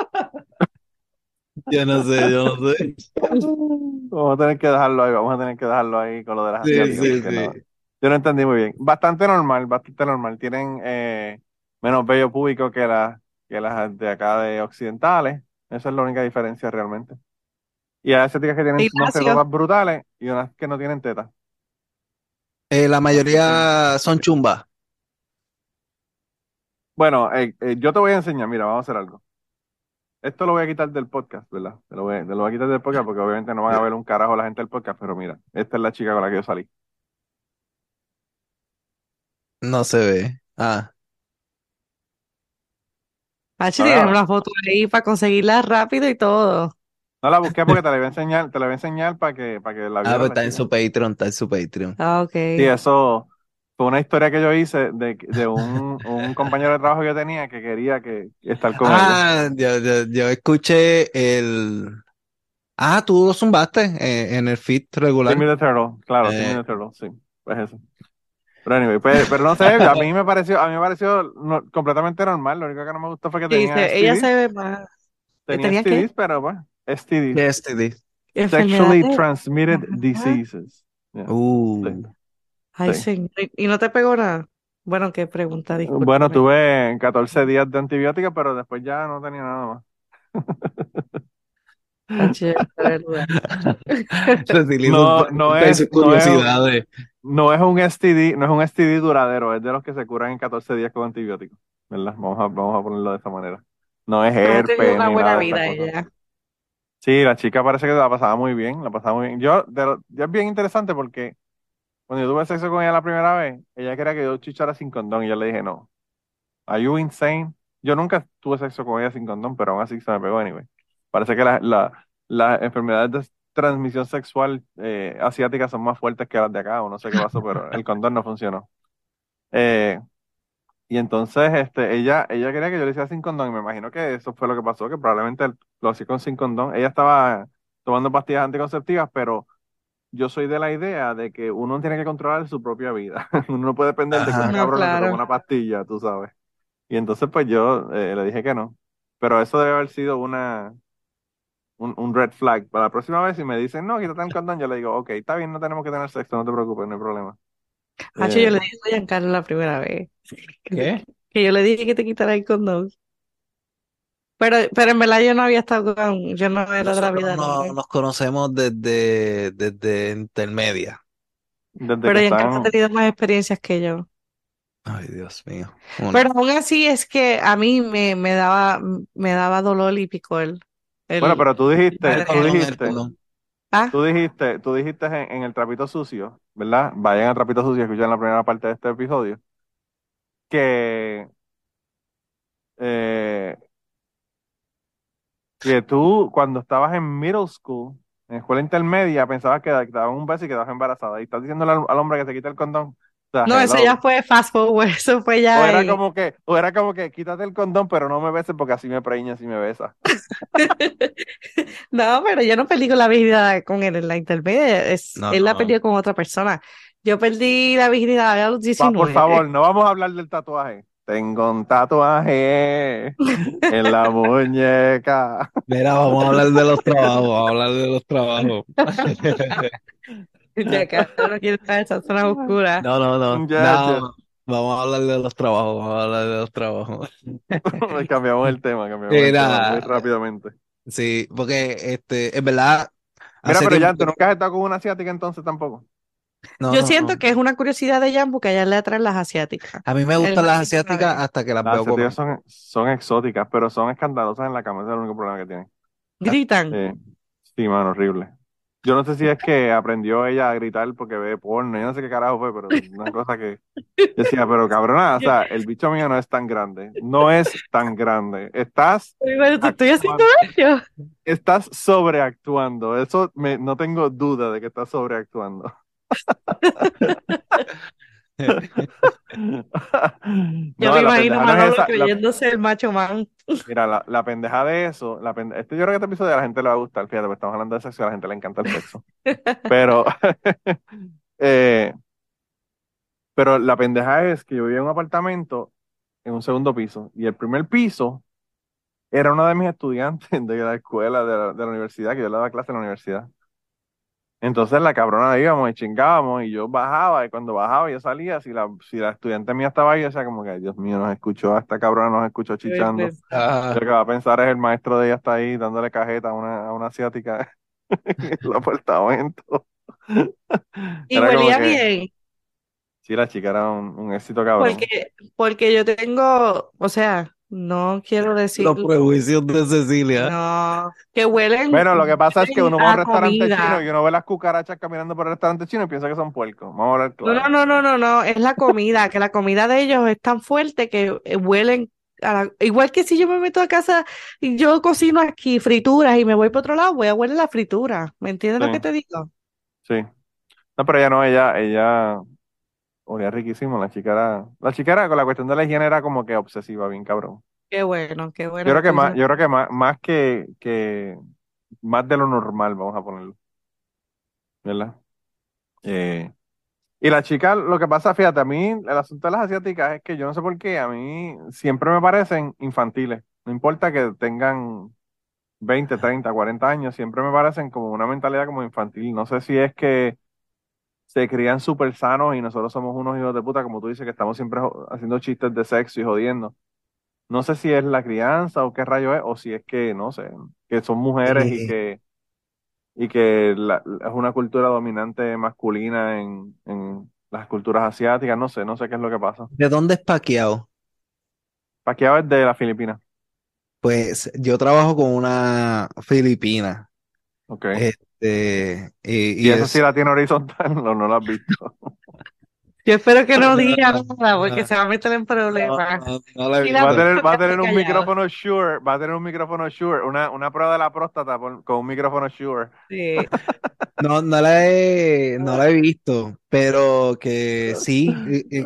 Yo no sé, yo no sé. Vamos a tener que dejarlo ahí, vamos a tener que dejarlo ahí con lo de las Sí, asiáticas, sí, porque no, sí. yo no entendí muy bien. Bastante normal, bastante normal. Tienen menos vello púbico que las de acá de occidentales. Esa es la única diferencia realmente. Y hay asiáticas que tienen unos Ignacio, tetotas brutales y unas que no tienen tetas. La Así que, mayoría son chumbas. bueno, yo te voy a enseñar, mira, vamos a hacer algo. Esto lo voy a quitar del podcast, ¿verdad? Te lo voy a quitar del podcast porque obviamente no van a ver un carajo la gente del podcast, pero mira, esta es la chica con la que yo salí. No se ve. Ah, Pachi, No, tienes no, una foto ahí para conseguirla rápido y todo. no la busqué porque te la voy a enseñar, te la voy a enseñar para que la pues vieras la está en chica. su Patreon, está en su Patreon. Ah, Sí, ok. eso fue una historia que yo hice de un compañero de trabajo que yo tenía que quería estar con ella. Yo escuché el. Ah, tú lo zumbaste en el feed regular. Timmy the Turtle, claro, Timmy Eh, the Turtle, sí, pues eso. Pero anyway, pero no sé, a mí me pareció completamente normal, lo único que no me gustó fue que Y tenía dice, ella se STDs, ve más. tenía ¿Tenía qué? STDs, pero pues, STDs, ¿Qué STD? Sexually Enfermedades. Transmitted Ajá. Diseases. Yeah, sí, Uh. Ay, sí. señor. ¿Y no te pegó nada? Bueno, qué pregunta, Bueno, discúlpame. tuve 14 días de antibióticos, pero después ya no tenía nada más. Pachi, de verdad. Cecilia y sus No, no preguntas y es, sus no es, curiosidades. no es un STD, no es un STD duradero, es de los que se curan en 14 días con antibióticos, ¿verdad? Vamos a ponerlo de esa manera. No es Ha tenido herpes una ni buena nada de estas vida cosas. ella. Sí, la chica parece que la pasaba muy bien, la pasaba muy bien. Ya es bien interesante porque cuando yo tuve sexo con ella la primera vez, ella quería que yo chichara sin condón y yo le dije no. Are you insane? Yo nunca tuve sexo con ella sin condón, pero aún así se me pegó anyway. Parece que las enfermedades de transmisión sexual asiáticas son más fuertes que las de acá, o no sé qué pasó, pero el condón no funcionó. Eh, y entonces ella quería que yo le hiciera sin condón, y me imagino que eso fue lo que pasó, que probablemente lo hacía con sin condón. Ella estaba tomando pastillas anticonceptivas, pero yo soy de la idea de que uno tiene que controlar su propia vida. Uno no puede depender de que una Ajá. No, cabrona se tome claro. una pastilla, tú sabes. Y entonces pues yo le dije que no. Pero eso debe haber sido un red flag. Para la próxima vez si me dicen, no, quítate el condón, yo le digo, ok, está bien, no tenemos que tener sexo, no te preocupes, no hay problema. Hacho, yo le Eh, dije a Giancarlo la primera vez. ¿Qué? Que yo le dije que te quitara el condón. Pero en verdad yo no había estado yo no era de la Nosotros vida no libre. nos conocemos desde intermedia. desde que Pero Giancarlo ha están... tenido más experiencias que yo. Ay, Dios mío. Pero Una. aún así es que a mí me daba dolor y picor. Bueno, El, pero tú dijiste, El tú condón, el dijiste, condón. tú ah, dijiste, tú dijiste en el Trapito Sucio, ¿verdad? Vayan al Trapito Sucio y escuchen la primera parte de este episodio, que, eh, que tú cuando estabas en middle school, en escuela intermedia, pensabas que te daban un beso y quedabas embarazada. Y estás diciéndole al hombre que se quite el condón. O sea, no, eso ya hello. fue fast forward, eso fue O ya era en... como que, o era como que quítate el condón, pero no me beses porque así me preñas y me besas. No, pero yo no perdí con la virginidad con él en la intermedia, No, él la no. perdió con otra persona. Yo perdí la virginidad a los Va, por 19. favor, no vamos a hablar del tatuaje. Tengo un tatuaje en la muñeca. Mira, vamos a hablar de los trabajos, vamos a hablar de los trabajos. Ya que no quiero estar en esa zona oscura. No, no, no. Muchacha. Nada, vamos a hablar de los trabajos, vamos a hablar de los trabajos. Cambiamos el tema muy Mira, rápidamente. sí, porque en verdad, Mira, hace pero tiempo ya, ¿tú nunca has estado con una asiática entonces tampoco? no, Yo no, siento no. que es una curiosidad de Jan porque a ella le atraen las asiáticas. A mí me Él gustan me las dice una asiáticas vez. hasta que las Las veo asiáticas comer. son exóticas, pero son escandalosas en la cama. Ese es el único problema que tienen. Gritan. Eh, sí, mano, horrible. Yo no sé si es que aprendió ella a gritar porque ve porno, yo no sé qué carajo fue, pero una cosa que decía, pero cabrona, o sea, el bicho mío no es tan grande, no es tan grande. Bueno, te estoy haciendo daño. Estás sobreactuando. No tengo duda de que estás sobreactuando. Yo No, me la imagino a pendeja no es Manolo esa. creyéndose el macho man. Mira, la pendeja de eso, yo creo que este episodio a la gente le va a gustar, fíjate, porque estamos hablando de sexo y a la gente le encanta el sexo. Pero, eh, Pero la pendeja es que yo vivía en un apartamento en un segundo piso y el primer piso era una de mis estudiantes de la escuela, de la universidad, que yo le daba clase en la universidad. Entonces la cabrona íbamos y chingábamos y yo bajaba y cuando bajaba yo salía, si la estudiante mía estaba ahí, yo decía como que, "Ay, Dios mío, nos escuchó, a esta cabrona nos escuchó Qué chichando. vergüenza. Lo Ah, que va a pensar es el maestro de ella está ahí dándole cajeta a una asiática en el apartamento. Y Era como huelía que, bien, sí, la chica era un éxito cabrón. porque yo tengo, o sea, no quiero decir, los prejuicios de Cecilia. no, que huelen, Bueno, lo que pasa es que huelen uno va a un a restaurante chino comida. y uno ve las cucarachas caminando por el restaurante chino y piensa que son puercos. Vamos a hablar No, no, claro. no, no, no, no, es la comida, que la comida de ellos es tan fuerte que huelen igual que si yo me meto a casa y yo cocino aquí frituras y me voy para otro lado, voy a huele la fritura. ¿Me entiendes Sí, lo que te digo? sí. No, pero ella no, ella olía riquísimo. La chica era, con la cuestión de la higiene era como que obsesiva, bien cabrón. Qué bueno, Yo creo que más más de lo normal, vamos a ponerlo, ¿verdad? Eh, y la chica, lo que pasa, fíjate, a mí el asunto de las asiáticas es que yo no sé por qué, a mí siempre me parecen infantiles. No importa que tengan 20 30 40 años, siempre me parecen como una mentalidad como infantil. No sé si es que se crían súper sanos y nosotros somos unos hijos de puta, como tú dices, que estamos siempre haciendo chistes de sexo y jodiendo. No sé si es la crianza o qué rayo es, o si es que, no sé, que son mujeres y Eh, que es una cultura dominante masculina en las culturas asiáticas. No sé qué es lo que pasa. ¿De dónde es Paquiao? Pacquiao es de las Filipinas. Pues yo trabajo con una filipina. Ok. Y Y esa sí es. la tiene horizontal, no la has visto. Yo espero que no diga No, nada porque no, se va a meter en problemas. no la he Y la Va a visto. tener, va a próxima tener se un callado. micrófono Shure, va a tener un micrófono Shure, una prueba de la próstata con un micrófono Shure. Sí. No, no la he visto, pero que sí,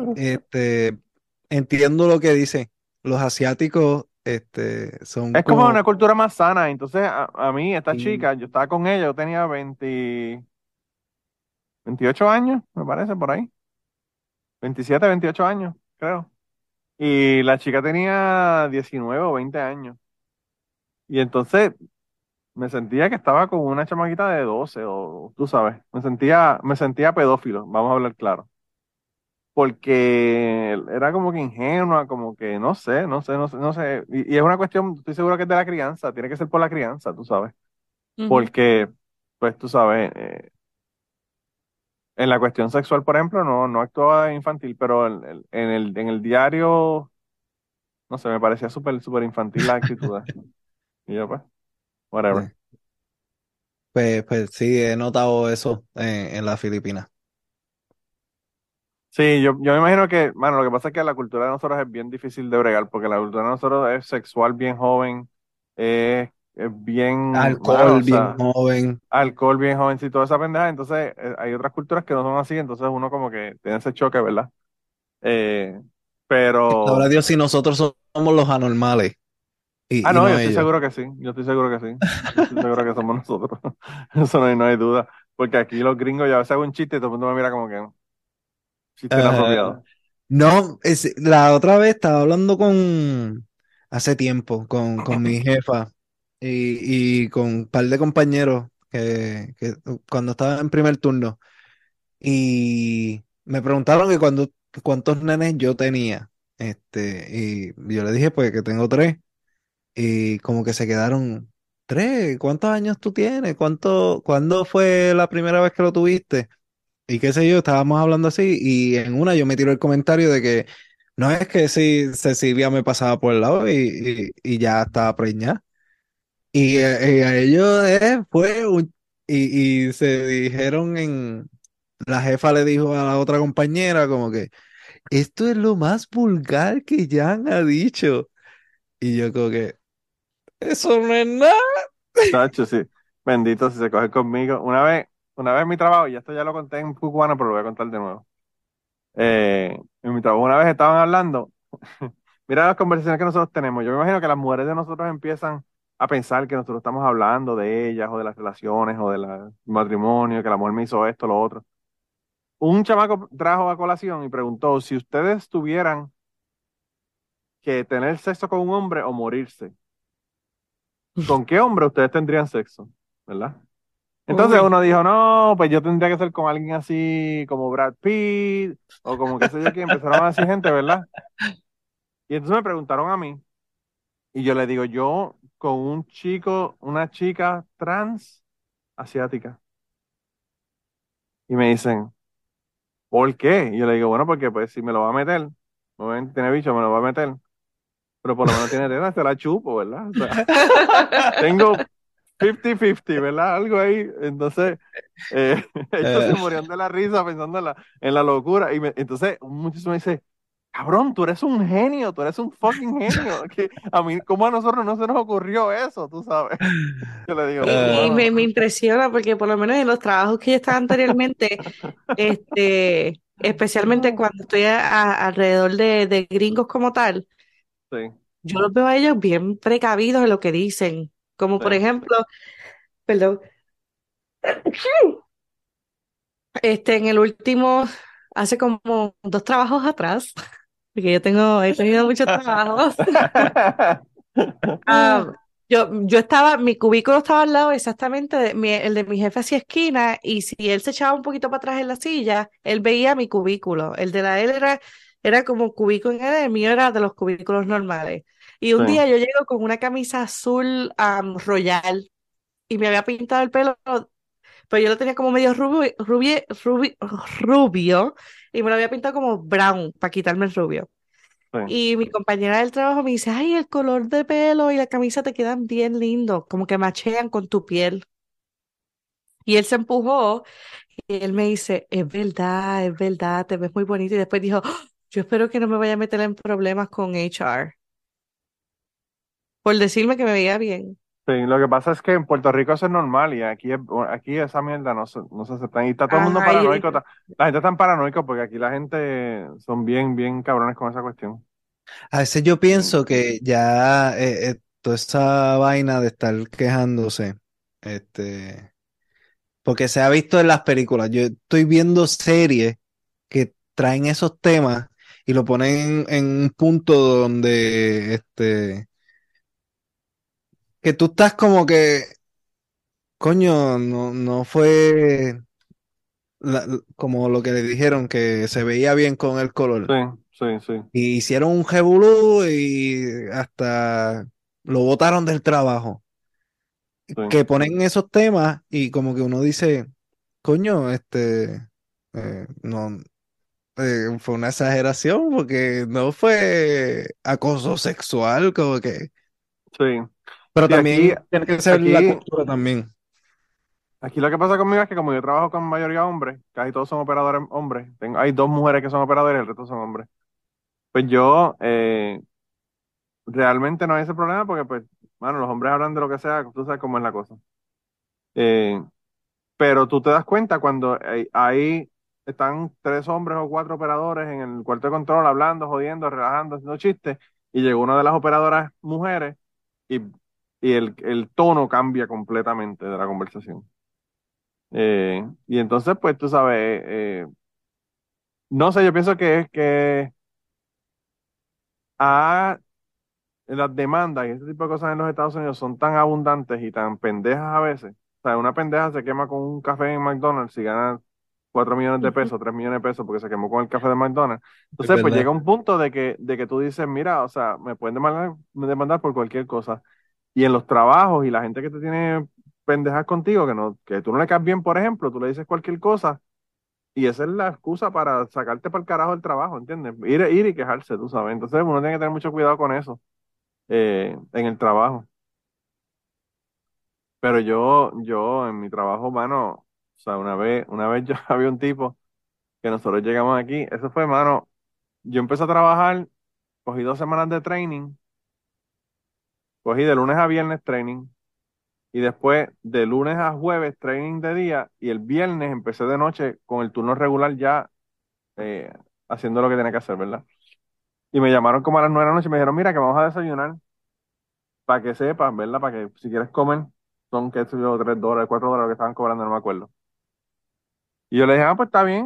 entiendo lo que dice. Los asiáticos, son Es como una como. cultura más sana. Entonces, a mí, esta Sí. chica, yo estaba con ella, yo tenía 28 años, me parece, por ahí. 27 28 años, creo. Y la chica tenía 19 o 20 años. Y entonces me sentía que estaba con una chamaquita de 12 o tú sabes, me sentía pedófilo, vamos a hablar claro. Porque era como que ingenua, como que no sé. Y es una cuestión, estoy seguro que es de la crianza, tiene que ser por la crianza, tú sabes. Ujú. Porque, pues tú sabes, en la cuestión sexual, por ejemplo, no actuaba de infantil, pero en el diario, no sé, me parecía súper, súper infantil la actitud. Y yo, pues, whatever. Sí. Pues sí, he notado eso en las Filipinas. Sí, yo me imagino que, bueno, lo que pasa es que la cultura de nosotros es bien difícil de bregar, porque la cultura de nosotros es sexual bien joven, es bien, mano, Alcohol o bien sea, joven. alcohol bien jovencito, toda esa pendeja. Entonces, hay otras culturas que no son así, entonces uno como que tiene ese choque, ¿verdad? Eh, Sabrá pero, Dios si nosotros somos los anormales y no, yo no estoy ellos. seguro que sí, yo estoy seguro que sí, yo estoy seguro que somos nosotros, eso no hay duda, porque aquí los gringos, yo a veces hago un chiste y todo el mundo me mira como que, chiste Ajá. inapropiado. No, la otra vez estaba hablando hace tiempo, con mi jefa y con un par de compañeros que cuando estaba en primer turno y me preguntaron que cuántos nenes yo tenía. Y yo le dije pues que tengo tres y como que se quedaron, tres, ¿cuántos años tú tienes? ¿Cuándo fue la primera vez que lo tuviste? Y qué sé yo, estábamos hablando así y en una yo me tiro el comentario de que no es que si Cecilia me pasaba por el lado y ya estaba preñada. Y a ellos fue y se dijeron la jefa le dijo a la otra compañera como que esto es lo más vulgar que Jan ha dicho. Y yo como que eso no es nada. Tacho, sí. Bendito si se coge conmigo. Una vez en mi trabajo, y esto ya lo conté en Cubano, pero lo voy a contar de nuevo. En mi trabajo una vez estaban hablando, mira las conversaciones que nosotros tenemos. Yo me imagino que las mujeres de nosotros empiezan a pensar que nosotros estamos hablando de ellas o de las relaciones o del matrimonio, que la mujer me hizo esto, lo otro. un chamaco trajo a colación y preguntó si ustedes tuvieran que tener sexo con un hombre o morirse, ¿con qué hombre ustedes tendrían sexo? ¿Verdad? Entonces Uy. uno dijo, no, pues yo tendría que ser con alguien así como Brad Pitt o como qué sé yo quién. Empezaron a decir gente, ¿verdad? Y entonces me preguntaron a mí y yo le digo, yo con un chico, una chica trans asiática. Y me dicen, ¿por qué? Y yo le digo, bueno, porque pues si me lo va a meter, tiene bicho, me lo va a meter, pero por lo menos tiene teta, se la chupo, ¿verdad? O sea, tengo 50-50, ¿verdad? Algo ahí. Entonces, ellos se Eh, morían de la risa pensando en la locura. Entonces, un muchacho me dice, cabrón, tú eres un genio, tú eres un fucking genio. Que a mí, ¿cómo a nosotros no se nos ocurrió eso? Tú sabes. Yo le digo, sí, Y mano. me impresiona porque por lo menos en los trabajos que yo estaba anteriormente, especialmente No. cuando estoy alrededor de gringos como tal, Sí, yo los veo a ellos bien precavidos en lo que dicen. Como sí, por ejemplo, perdón, en el último, hace como 2 trabajos atrás, porque he tenido muchos trabajos. Ah, yo estaba, mi cubículo estaba al lado exactamente, el de mi jefe hacia esquina, y si él se echaba un poquito para atrás en la silla, él veía mi cubículo. El de la él era como cubículo en él, el mío era de los cubículos normales. Y un sí, día yo llego con una camisa azul royal y me había pintado el pelo, pero yo lo tenía como medio rubio, y me lo había pintado como brown para quitarme el rubio. sí. Y mi compañera del trabajo me dice, ay, el color de pelo y la camisa te quedan bien lindos, como que machean con tu piel. Y él se empujó y él me dice, es verdad, te ves muy bonito. Y después dijo, "Oh, yo espero que no me vaya a meter en problemas con HR por decirme que me veía bien. Sí, lo que pasa es que en Puerto Rico eso es normal y aquí esa mierda no se acepta. Y está todo el mundo Ajá, paranoico. La gente está tan paranoico porque aquí la gente son bien, bien cabrones con esa cuestión. a veces yo Sí, pienso que ya toda esa vaina de estar quejándose, este, porque se ha visto en las películas. Yo estoy viendo series que traen esos temas y lo ponen en un punto donde, que tú estás como que, coño, no fue como lo que le dijeron, que se veía bien con el sí, color. sí, sí, Y hicieron un revolú y hasta lo botaron del trabajo. sí, Que ponen esos temas y como que uno dice, coño, no, fue una exageración porque no fue acoso sexual, como que, sí. pero Sí, también tiene que ser la aquí, cultura también. aquí lo que pasa conmigo es que como yo trabajo con mayoría hombres, casi todos son operadores hombres. Hay dos mujeres que son operadores y el resto son hombres. Pues yo realmente no hay ese problema porque, pues, bueno, los hombres hablan de lo que sea, tú sabes cómo es la cosa. Eh, Pero tú te das cuenta cuando ahí están tres hombres o cuatro operadores en el cuarto de control hablando, jodiendo, relajando, haciendo chistes, y llegó una de las operadoras mujeres y, y el tono cambia completamente de la conversación. Y entonces, pues tú sabes, no sé, yo pienso que es que a las demandas y ese tipo de cosas en los Estados Unidos son tan abundantes y tan pendejas a veces. O sea, una pendeja se quema con un café en McDonald's y gana 4 millones de Ujú. pesos, 3 millones de pesos porque se quemó con el café de McDonald's. Es Entonces, pues verdad. llega un punto de que tú dices, mira, o sea, me demandar por cualquier cosa. Y en los trabajos y la gente que te tiene pendejas contigo, que tú no le caes bien, por ejemplo, tú le dices cualquier cosa y esa es la excusa para sacarte para el carajo del trabajo, ¿entiendes? Ir y quejarse, tú sabes. Entonces, uno tiene que tener mucho cuidado con eso en el trabajo. Pero yo en mi trabajo, mano, o sea, una vez yo había un tipo que nosotros llegamos aquí, eso fue, mano, yo empecé a trabajar, cogí 2 semanas de training, cogí de lunes a viernes training, y después de lunes a jueves training de día, y el viernes empecé de noche con el turno regular ya eh, haciendo lo que tenía que hacer, ¿verdad? Y me llamaron como a las 9 de la noche y me dijeron, mira, que vamos a desayunar, para que sepas, ¿verdad? Para que si quieres comer, son, qué sé yo, $3, $4 lo que estaban cobrando, no me acuerdo. Y yo le dije, ah, pues está bien.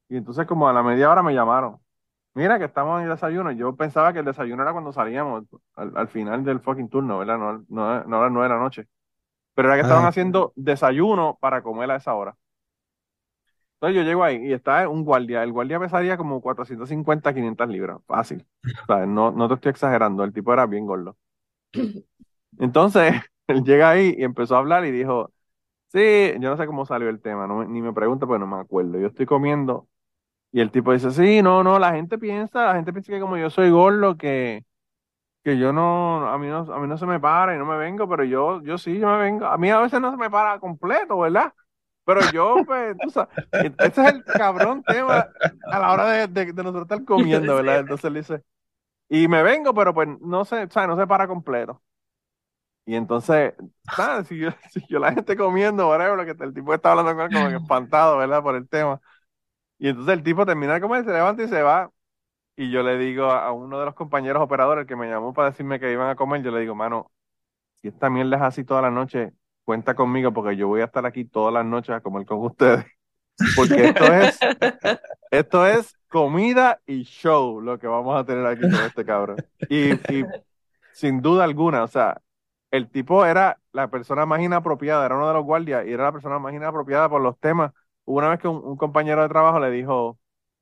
Y entonces como a la media hora me llamaron. Mira que estamos en el desayuno. Yo pensaba que el desayuno era cuando salíamos, al final del fucking turno, ¿verdad? No a las 9 de la noche. Pero era que estaban Ajá. haciendo desayuno para comer a esa hora. Entonces yo llego ahí y está un guardia. El guardia pesaría como 450, 500 libras. Fácil. O sea, no te estoy exagerando. El tipo era bien gordo. Entonces, él llega ahí y empezó a hablar y dijo, sí, yo no sé cómo salió el tema, ni me pregunta, pues no me acuerdo. Yo estoy comiendo y el tipo dice, sí, no, la gente piensa que como yo soy gordo, que yo no, a mí no se me para y no me vengo, pero yo sí, yo me vengo. A mí a veces no se me para completo, ¿verdad? Pero yo, pues, tú sabes, este es el cabrón tema a la hora de nosotros estar comiendo, ¿verdad? Entonces él dice, y me vengo, pero pues no se, o sea, no se para completo. Y entonces, nada, si yo la gente comiendo, whatever, lo que el tipo está hablando con él como que espantado, ¿verdad? Por el tema. Y entonces el tipo termina de comer, se levanta y se va. Y yo le digo a uno de los compañeros operadores que me llamó para decirme que iban a comer, yo le digo, mano, si esta mierda es así toda la noche, cuenta conmigo porque yo voy a estar aquí todas las noches a comer con ustedes. Porque esto es comida y show lo que vamos a tener aquí con este cabrón. Y sin duda alguna, o sea, el tipo era la persona más inapropiada, era uno de los guardias y era la persona más inapropiada por los temas. Hubo una vez que un compañero de trabajo le dijo,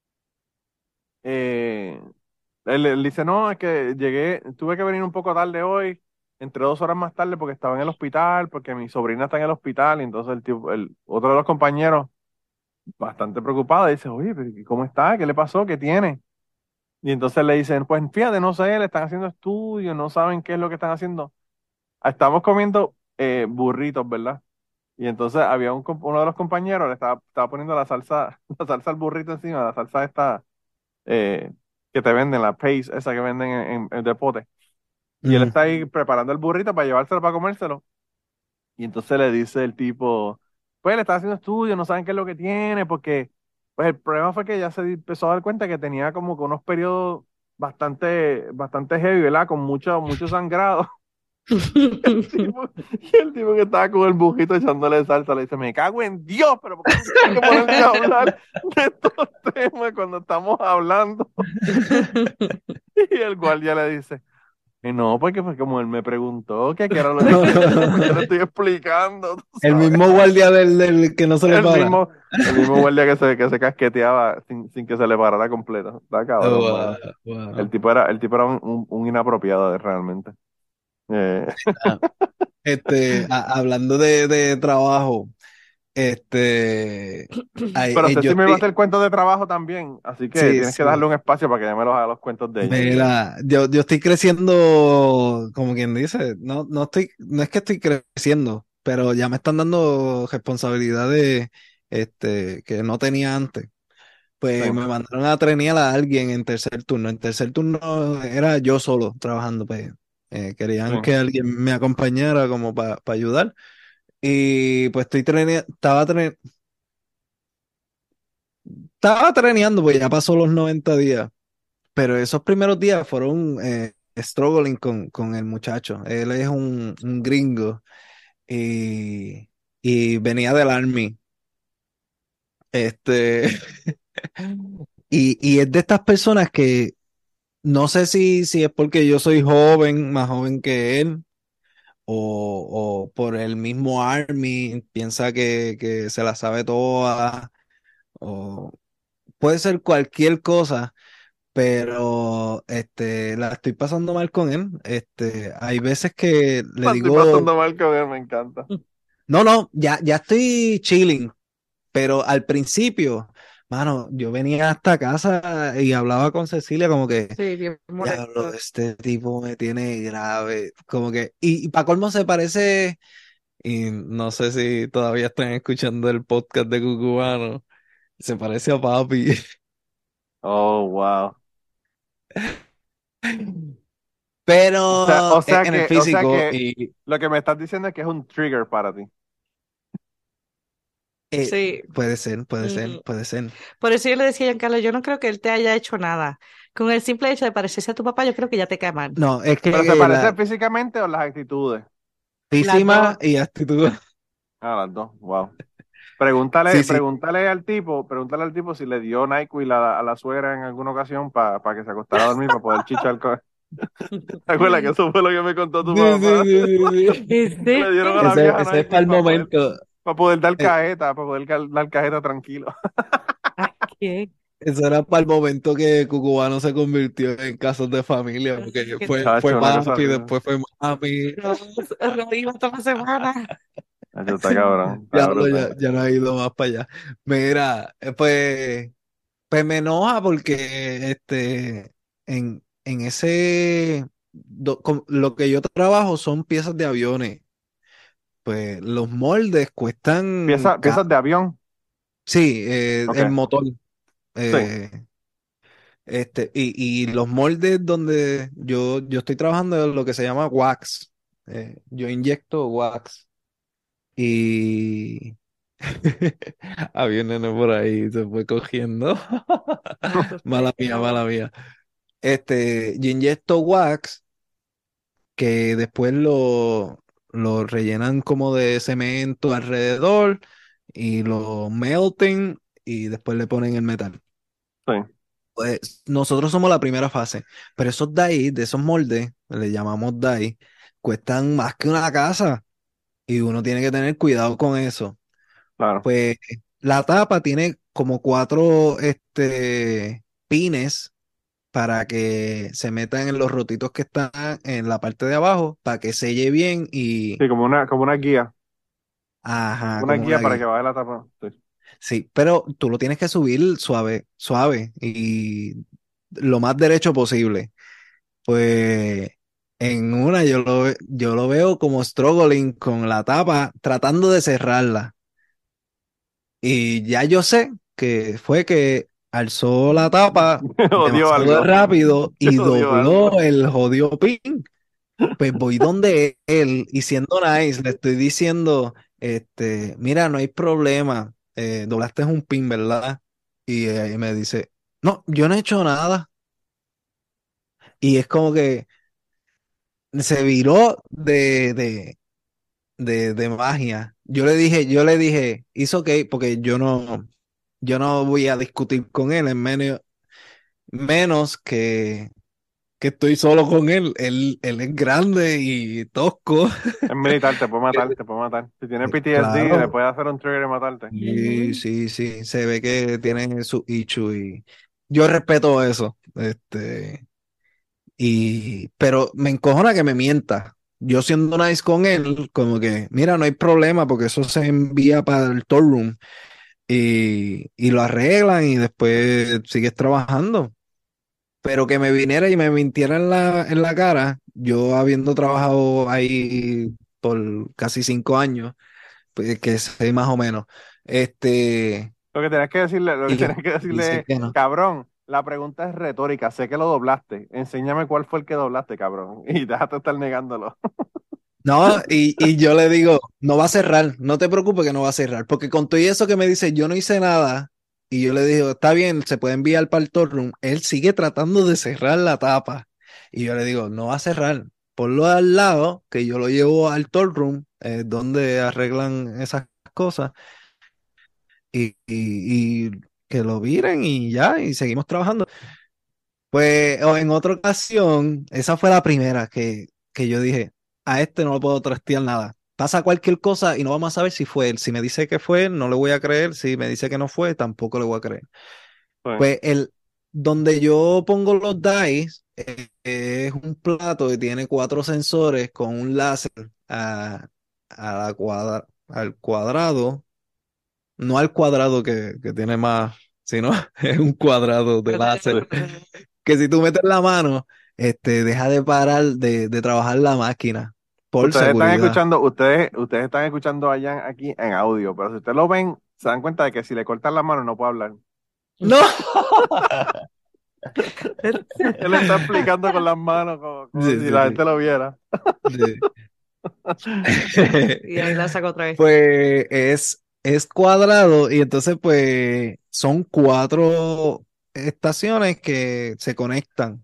eh, él dice, no, es que tuve que venir un poco tarde hoy, entre 2 horas más tarde porque estaba en el hospital, porque mi sobrina está en el hospital, y entonces otro de los compañeros, bastante preocupado, dice, oye, pero ¿cómo está? ¿Qué le pasó? ¿Qué tiene? Y entonces le dicen, pues fíjate, no sé, le están haciendo estudios, no saben qué es lo que están haciendo. Estamos comiendo burritos, ¿verdad? Y entonces había uno de los compañeros, estaba poniendo la salsa, la salsa al burrito encima, la salsa esta eh, que te venden, la paste, esa que venden en de pote. Y él Mm. está ahí preparando el burrito para llevárselo para comérselo. Y entonces le dice el tipo, pues le está haciendo estudios, no saben qué es lo que tiene, porque pues el problema fue que ya se empezó a dar cuenta que tenía como que unos periodos bastante heavy, ¿verdad? Con mucho sangrado. Y el tipo que estaba con el bujito echándole salsa le dice, me cago en Dios, pero ¿por qué tú tienes que ponerse a hablar de estos temas cuando estamos hablando? Y el guardia le dice, no, porque fue como él me preguntó que qué era lo que quería, pues yo le estoy explicando, tú El sabes. mismo guardia del que no se le El para. mismo, el mismo guardia que se casqueteaba sin que se le parara completo. Está cabrón, Wow, mano. El wow. tipo era, el tipo era un inapropiado realmente. Eh, Ah, hablando de trabajo, pero yo Ceci me va a estoy, hacer cuentos de trabajo también, así que sí, tienes que sí. darle un espacio para que ella me los haga los cuentos de ella. Mira, yo estoy creciendo, como quien dice, no es que estoy creciendo, pero ya me están dando responsabilidades, que no tenía antes. Sí, Pues me mandaron a trainear a alguien en tercer turno. En tercer turno era yo solo trabajando, pues sí. querían que alguien me acompañara como para ayudar. Y pues estaba traineando, pues ya pasó los 90 días. Pero esos primeros días fueron struggling con el muchacho. Él es un gringo y, y venía del Army. Este, y es de estas personas que no sé si es porque yo soy joven, más joven que él, o por el mismo Army, piensa que se la sabe toda, o puede ser cualquier cosa, pero la estoy pasando mal con él. Hay veces que le La estoy digo, pasando mal con él, me encanta. no, no, ya estoy chilling, pero al principio, mano, yo venía hasta casa y hablaba con Cecilia como que, Sí, bien diablo, molesto. este tipo me tiene grave, como que, y para colmo se parece, y no sé si todavía están escuchando el podcast de Cucubano, se parece a papi. Oh, wow. O Pero sea en el que, o sea físico que y lo que me estás diciendo es que es un trigger para ti. Sí. puede ser, puede ser, Ujú. puede ser. Por eso yo le decía a Giancarlo, yo no creo que él te haya hecho nada. Con el simple hecho de parecerse a tu papá, yo creo que ya te cae mal. No, es Pero ¿se que parece la físicamente o las actitudes? Las físima dos. y actitud. Ah, las dos. Wow. Sí, sí. Pregúntale al tipo si le dio NyQuil a la suegra en alguna ocasión para que se acostara a dormir para poder chichar con... ¿Te acuerdas que eso fue lo que me contó tu Sí, sí, papá? sí, sí, sí. Que le dieron a la vieja Ese es para NyQuil el momento. para poder dar eh, cajeta, para poder dar cajeta tranquilo. ¿A qué? Eso era para el momento que Cucubano se convirtió en casos de familia, porque ¿Qué fue Chacho, una cosa papi, horrible. después fue mami. Rodrigo toda la semana? Chacho, está cabrón, está Ya, brutal. ya no ha ido más para allá. Mira, pues me enoja porque en ese lo que yo trabajo son piezas de aviones. Pues los moldes cuestan Piezas de avión. sí, Ok, el motor. sí. eh, y los moldes donde yo estoy trabajando es lo que se llama wax. Yo inyecto wax. Y había un nene por ahí, se fue cogiendo. Mala mía, mala mía. Yo inyecto wax que después lo rellenan como de cemento alrededor y lo melten y después le ponen el metal. Sí. Pues nosotros somos la primera fase, pero esos die, de esos moldes, le llamamos die, cuestan más que una casa y uno tiene que tener cuidado con eso. Claro. Pues la tapa tiene como cuatro pines para que se metan en los rotitos que están en la parte de abajo, para que selle bien y, Sí, como una guía. ajá, Una como guía una para guía. que baje la tapa. Sí. Sí, pero tú lo tienes que subir suave, suave y lo más derecho posible. Pues en una yo lo veo como struggling con la tapa, tratando de cerrarla. Y ya yo sé que fue que alzó la tapa Odio demasiado algo. rápido y Odio algo. dobló el jodido pin. Pues voy donde él y siendo nice, le estoy diciendo, mira, no hay problema, doblaste un pin, ¿verdad? Y me dice, no, yo no he hecho nada. Y es como que se viró de magia. Yo le dije, hizo ok, porque yo no voy a discutir con él, en menos que estoy solo con él. Él es grande y tosco. Es militar, te puede matar, te puede matar. Si tiene PTSD, le Claro. puede hacer un trigger y matarte. Sí, sí, sí, se ve que tienen su issue y yo respeto eso, pero me encojona que me mienta. Yo siendo nice con él, como que, mira, no hay problema porque eso se envía para el tour room y lo arreglan y después sigues trabajando. Pero que me viniera y me mintiera en la cara, yo habiendo trabajado ahí por casi 5 años, pues, que sé más o menos, Lo que y que tienes que decirle dice es, que no. cabrón, la pregunta es retórica, sé que lo doblaste, enséñame cuál fue el que doblaste, cabrón, y déjate estar negándolo. No, y yo le digo, no va a cerrar, no te preocupes que no va a cerrar, porque con todo y eso que me dice, yo no hice nada, y yo le digo, está bien, se puede enviar para el tour room, él sigue tratando de cerrar la tapa, y yo le digo, no va a cerrar, ponlo al lado, que yo lo llevo al tour room, donde arreglan esas cosas, y que lo viren y ya, y seguimos trabajando. Pues en otra ocasión, esa fue la primera que yo dije, a este no lo puedo trastear nada. Pasa cualquier cosa y no vamos a saber si fue él. Si me dice que fue él, no le voy a creer. Si me dice que no fue, tampoco le voy a creer. Sí. Pues donde yo pongo los dice, es un plato que tiene 4 sensores con un láser al cuadrado, no al cuadrado que tiene más, sino es un cuadrado de láser que si tú metes la mano, deja de parar de trabajar la máquina por seguridad. Ustedes están escuchando allá aquí en audio, pero si ustedes lo ven, se dan cuenta de que si le cortan la mano no puede hablar. ¡No! Él está explicando con las manos como Sí, si sí, la sí. gente lo viera. Sí. Y ahí la saco otra vez. Pues es cuadrado y entonces pues son 4 estaciones que se conectan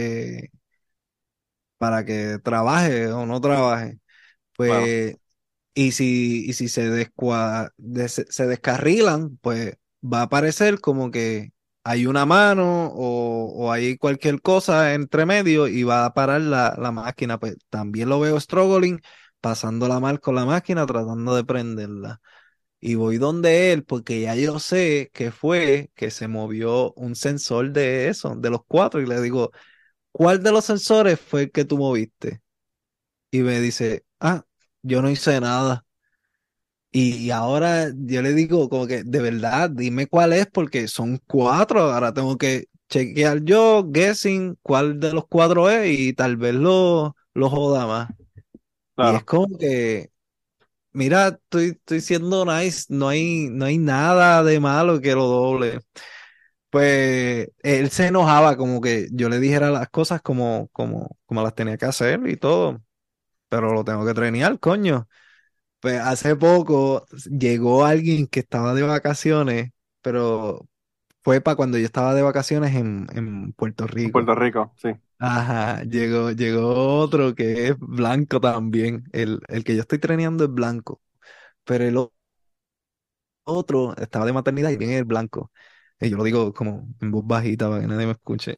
para que trabaje o no trabaje. Bueno, Pues y si se descarrilan, pues va a aparecer como que hay una mano o hay cualquier cosa entre medio y va a parar la máquina. Pues también lo veo struggling, pasándola mal con la máquina, tratando de prenderla. Y voy donde él, porque ya yo sé que fue que se movió un sensor de eso, de los cuatro, y le digo, ¿cuál de los sensores fue el que tú moviste? Y me dice, yo no hice nada. Y ahora yo le digo, como que, de verdad, dime cuál es, porque son cuatro. Ahora tengo que chequear yo, guessing, cuál de los cuatro es, y tal vez lo joda más. Y es Claro. como que, mira, estoy siendo nice, no hay nada de malo que lo doble. Pues él se enojaba como que yo le dijera las cosas como las tenía que hacer y todo, pero lo tengo que trenear, coño. Pues hace poco llegó alguien que estaba de vacaciones, pero fue para cuando yo estaba de vacaciones en Puerto En Rico. Puerto Rico, sí. Ajá, llegó otro que es blanco también. El que yo estoy treneando es blanco, pero el otro estaba de maternidad y viene el blanco. Y yo lo digo como en voz bajita para que nadie me escuche.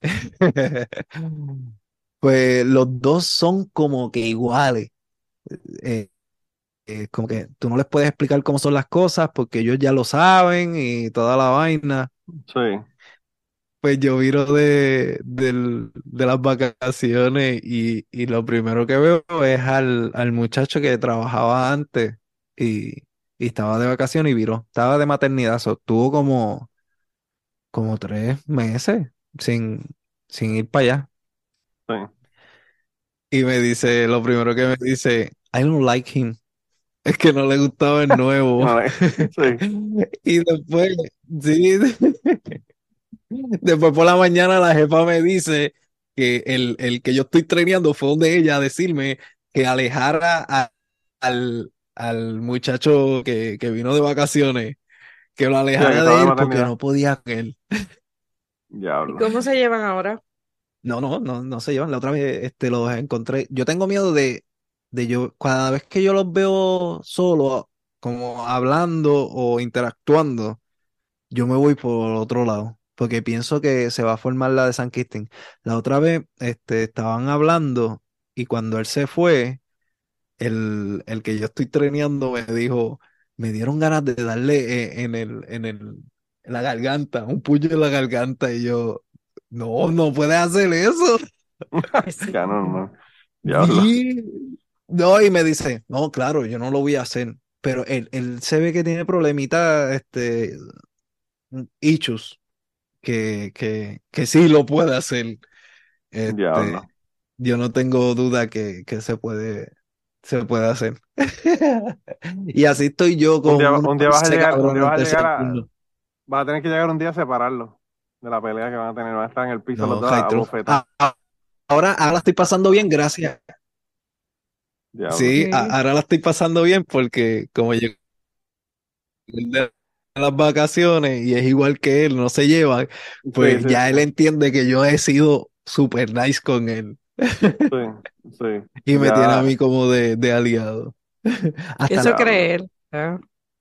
Pues los dos son como que iguales. Eh, como que tú no les puedes explicar cómo son las cosas porque ellos ya lo saben y toda la vaina. Sí. Pues yo viro de las vacaciones y lo primero que veo es al muchacho que trabajaba antes y, y estaba de vacaciones y viró. Estaba de maternidad, tuvo como 3 meses sin ir para allá. Sí. Y me dice, lo primero que me dice, I don't like him. Es que no le gustaba el nuevo. No, sí. Y después, sí, después por la mañana la jefa me dice que el que yo estoy traineando fue donde ella a decirme que alejara al muchacho que vino de vacaciones, que lo Ya que alejara estaba de de él porque maternidad. no podía con él. ¿Y Diablo. cómo se llevan ahora? No se llevan. La otra vez los encontré. Yo tengo miedo de yo, cada vez que yo los veo solo, como hablando o interactuando, yo me voy por otro lado, porque pienso que se va a formar la de San Quistín. La otra vez, estaban hablando y cuando él se fue, el que yo estoy treneando me dijo, me dieron ganas de darle en la garganta, un puño en la garganta y yo, no puedes hacer eso. Sí. Ya no. Diablo. Sí. No, y me dice, no, claro, yo no lo voy a hacer, pero él se ve que tiene problemitas, issues que sí lo puede hacer. Este, Diablo. yo no tengo duda que se puede hacer. Y así estoy yo Un día, con un día vas a ese llegar, un cabrón día en vas a llegar tercer a, turno. vas a tener que llegar un día a separarlo de la pelea que van a tener. Van a estar en el piso los No, dos a Jaitro. bofeta. Ahora la estoy pasando bien, gracias. Diablo. Sí, Sí. ahora la estoy pasando bien porque como yo de las vacaciones y es igual que él, no se llevan, Sí, pues sí, ya sí. él entiende que yo he sido super nice con él. Sí, sí. Y me tiene a Ya. mí como de aliado. Hasta Eso la, Diablo. creer. ¿Ah?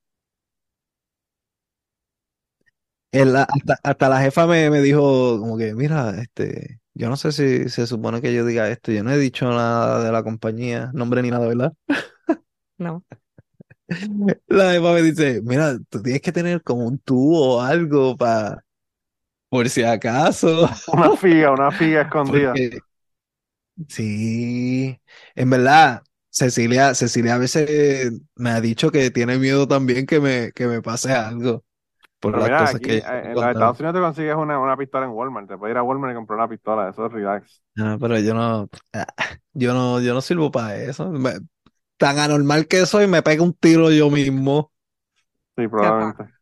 hasta la jefa me dijo como que, mira, yo no sé si se supone que yo diga esto, yo no he dicho nada de la compañía, nombre ni nada, ¿verdad? No. La jefa me dice, mira, tú tienes que tener como un tubo o algo para, por si acaso, Una figa escondida. porque sí, en verdad, Cecilia a veces me ha dicho que tiene miedo también que me pase algo por Pero las mira, cosas aquí que ella me ha en los Estados contado. Unidos te consigues una pistola en Walmart. Te puedes ir a Walmart y comprar una pistola. Eso es relax. No, pero yo no sirvo para eso. Tan anormal que soy, me pego un tiro yo mismo. Sí, Capaz. probablemente.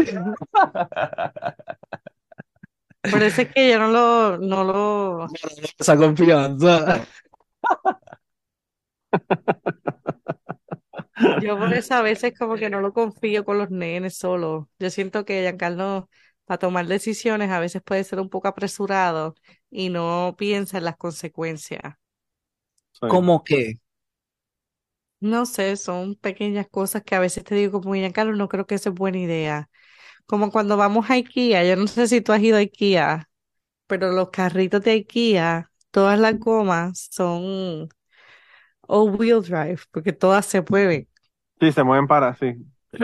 Por eso es que yo no lo. Esa confianza. Yo por eso a veces como que no lo confío con los nenes solo. Yo siento que Giancarlo, para tomar decisiones, a veces puede ser un poco apresurado y no piensa en las consecuencias. Sí. ¿Cómo que? No sé, son pequeñas cosas que a veces te digo como, Giancarlo, no creo que sea buena idea. Como cuando vamos a IKEA, yo no sé si tú has ido a IKEA, pero los carritos de IKEA, todas las gomas son all-wheel drive, porque todas se mueven. Sí, se mueven para, sí.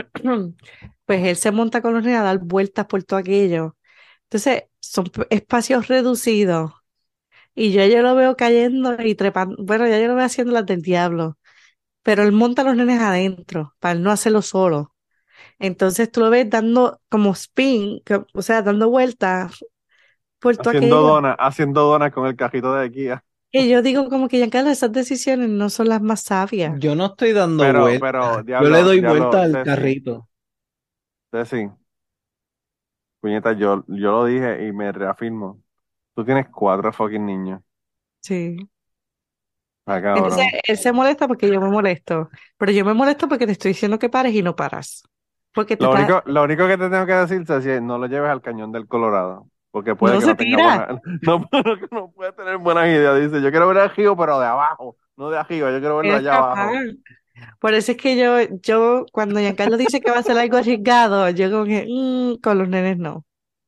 Pues él se monta con los nenes a dar vueltas por todo aquello. Entonces, son espacios reducidos. Y yo lo veo cayendo y trepando. Bueno, ya yo lo veo haciendo las del diablo. Pero él monta a los nenes adentro para él no hacerlo solo. Entonces tú lo ves dando como spin, o sea, dando vueltas por todo aquello. Haciendo donas con el cajito de Kia. Y yo digo como que, Giancarlo, esas decisiones no son las más sabias. Yo no estoy dando Pero, vueltas. Yo le doy vuelta diablo, al carrito. Ceci, puñeta, yo lo dije y me reafirmo. Tú tienes 4 fucking niños. Sí. Ah, Entonces cabrón. él se molesta porque yo me molesto. Pero yo me molesto porque te estoy diciendo que pares y no paras. Porque te estás. Lo único que te tengo que decir, Ceci, es no lo lleves al cañón del Colorado. Porque puede No que se no tenga tira. buenas, no puede tener buenas ideas. Dice, yo quiero ver el río, pero de abajo, no de arriba, yo quiero verlo Él es allá capaz. abajo. Por eso es que yo cuando Giancarlo dice que va a hacer algo arriesgado, yo como que con los nenes no.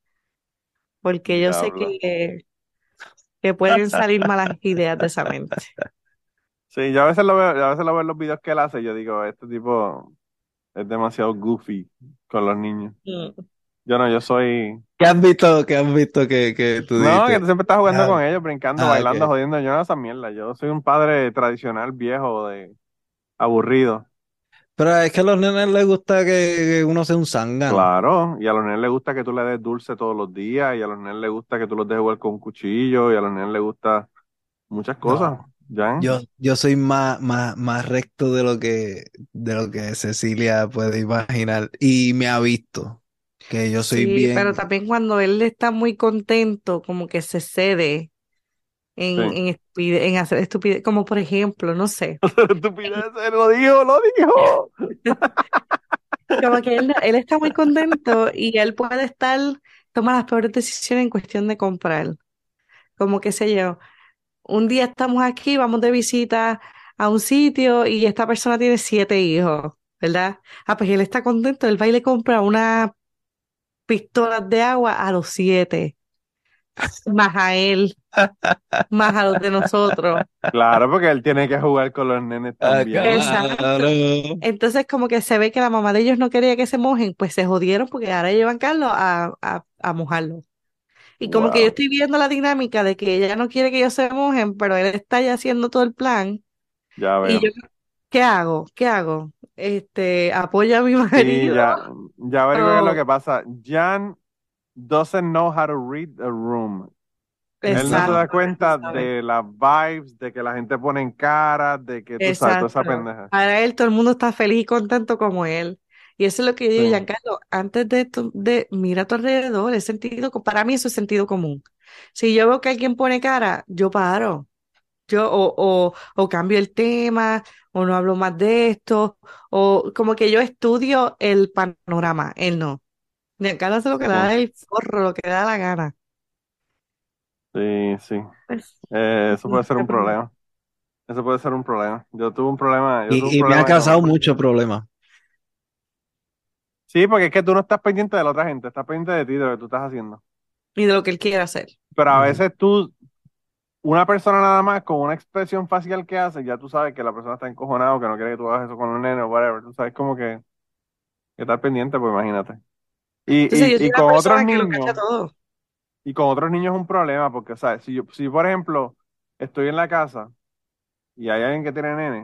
Porque yo sé Diablo. que pueden salir malas ideas de esa mente. Sí, yo a veces lo veo, a veces lo veo en los videos que él hace, y yo digo, este tipo es demasiado goofy con los niños. Mm. Yo no, yo soy... Qué has visto que tú No, que dijiste? tú siempre estás jugando Ah, con ellos, brincando, ah, bailando, ok. jodiendo. Yo no esa mierda. Yo soy un padre tradicional, viejo, aburrido. Pero es que a los nenes les gusta que uno sea un zángano. Claro, y a los nenes les gusta que tú le des dulce todos los días, y a los nenes les gusta que tú los dejes jugar con un cuchillo, y a los nenes les gusta muchas cosas, No. ¿ya? Yo soy más recto de lo que Cecilia puede imaginar. Y me ha visto que yo soy Sí, pero bien. también cuando él está muy contento, como que se cede Sí. en hacer estupidez, como por ejemplo, no sé, Estupidez, él lo dijo, lo dijo. como que él está muy contento y él puede tomar las peores decisiones en cuestión de comprar. Como qué sé yo, un día estamos aquí, vamos de visita a un sitio y esta persona tiene 7 hijos, ¿verdad? Ah, pues él está contento, él va y le compra unas pistolas de agua a los 7, más a él, más a los de nosotros. Claro, porque él tiene que jugar con los nenes Ah, también. Exacto. claro. Entonces, como que se ve que la mamá de ellos no quería que se mojen, pues se jodieron porque ahora llevan Carlos a mojarlo. Y como que yo Wow, estoy viendo la dinámica de que ella no quiere que ellos se mojen, pero él está ya haciendo todo el plan. ya Y yo, veo. ¿qué hago? ¿Qué hago? ¿Apoya a mi Sí, marido? ya averigué lo O- que pasa. Jan doesn't know how to read a room. Él no se Exacto, da él no cuenta sabe. de las vibes, de que la gente pone en cara, de que tú sabes, toda esa Exacto. pendeja. Para él todo el mundo está feliz y contento como él. Y eso es lo que yo Sí. digo, Giancarlo, antes de mira a tu alrededor, para mí eso es sentido común. Si yo veo que alguien pone cara, yo paro. O cambio el tema, o no hablo más de esto, o como que yo estudio el panorama, él no. Giancarlo hace lo que le Sí, da el forro, lo que le da la gana. sí, sí. Pues, Eso puede ser un problema. Eso puede ser un problema. Yo tuve un Y me ha problema causado con... mucho problema. Sí, porque es que tú no estás pendiente de la otra gente, estás pendiente de ti, de lo que tú estás haciendo. y de lo que él quiere hacer. Pero a Ujú. veces tú, una persona nada más con una expresión facial que hace, ya tú sabes que la persona está encojonada o que no quiere que tú hagas eso con un nene o whatever. Tú sabes como que estar pendiente, pues imagínate. Entonces yo soy Y una con otros persona que lo cacha niños, todo. y con otros niños es un problema, porque, ¿sabes? Si yo, por ejemplo, estoy en la casa y hay alguien que tiene nene,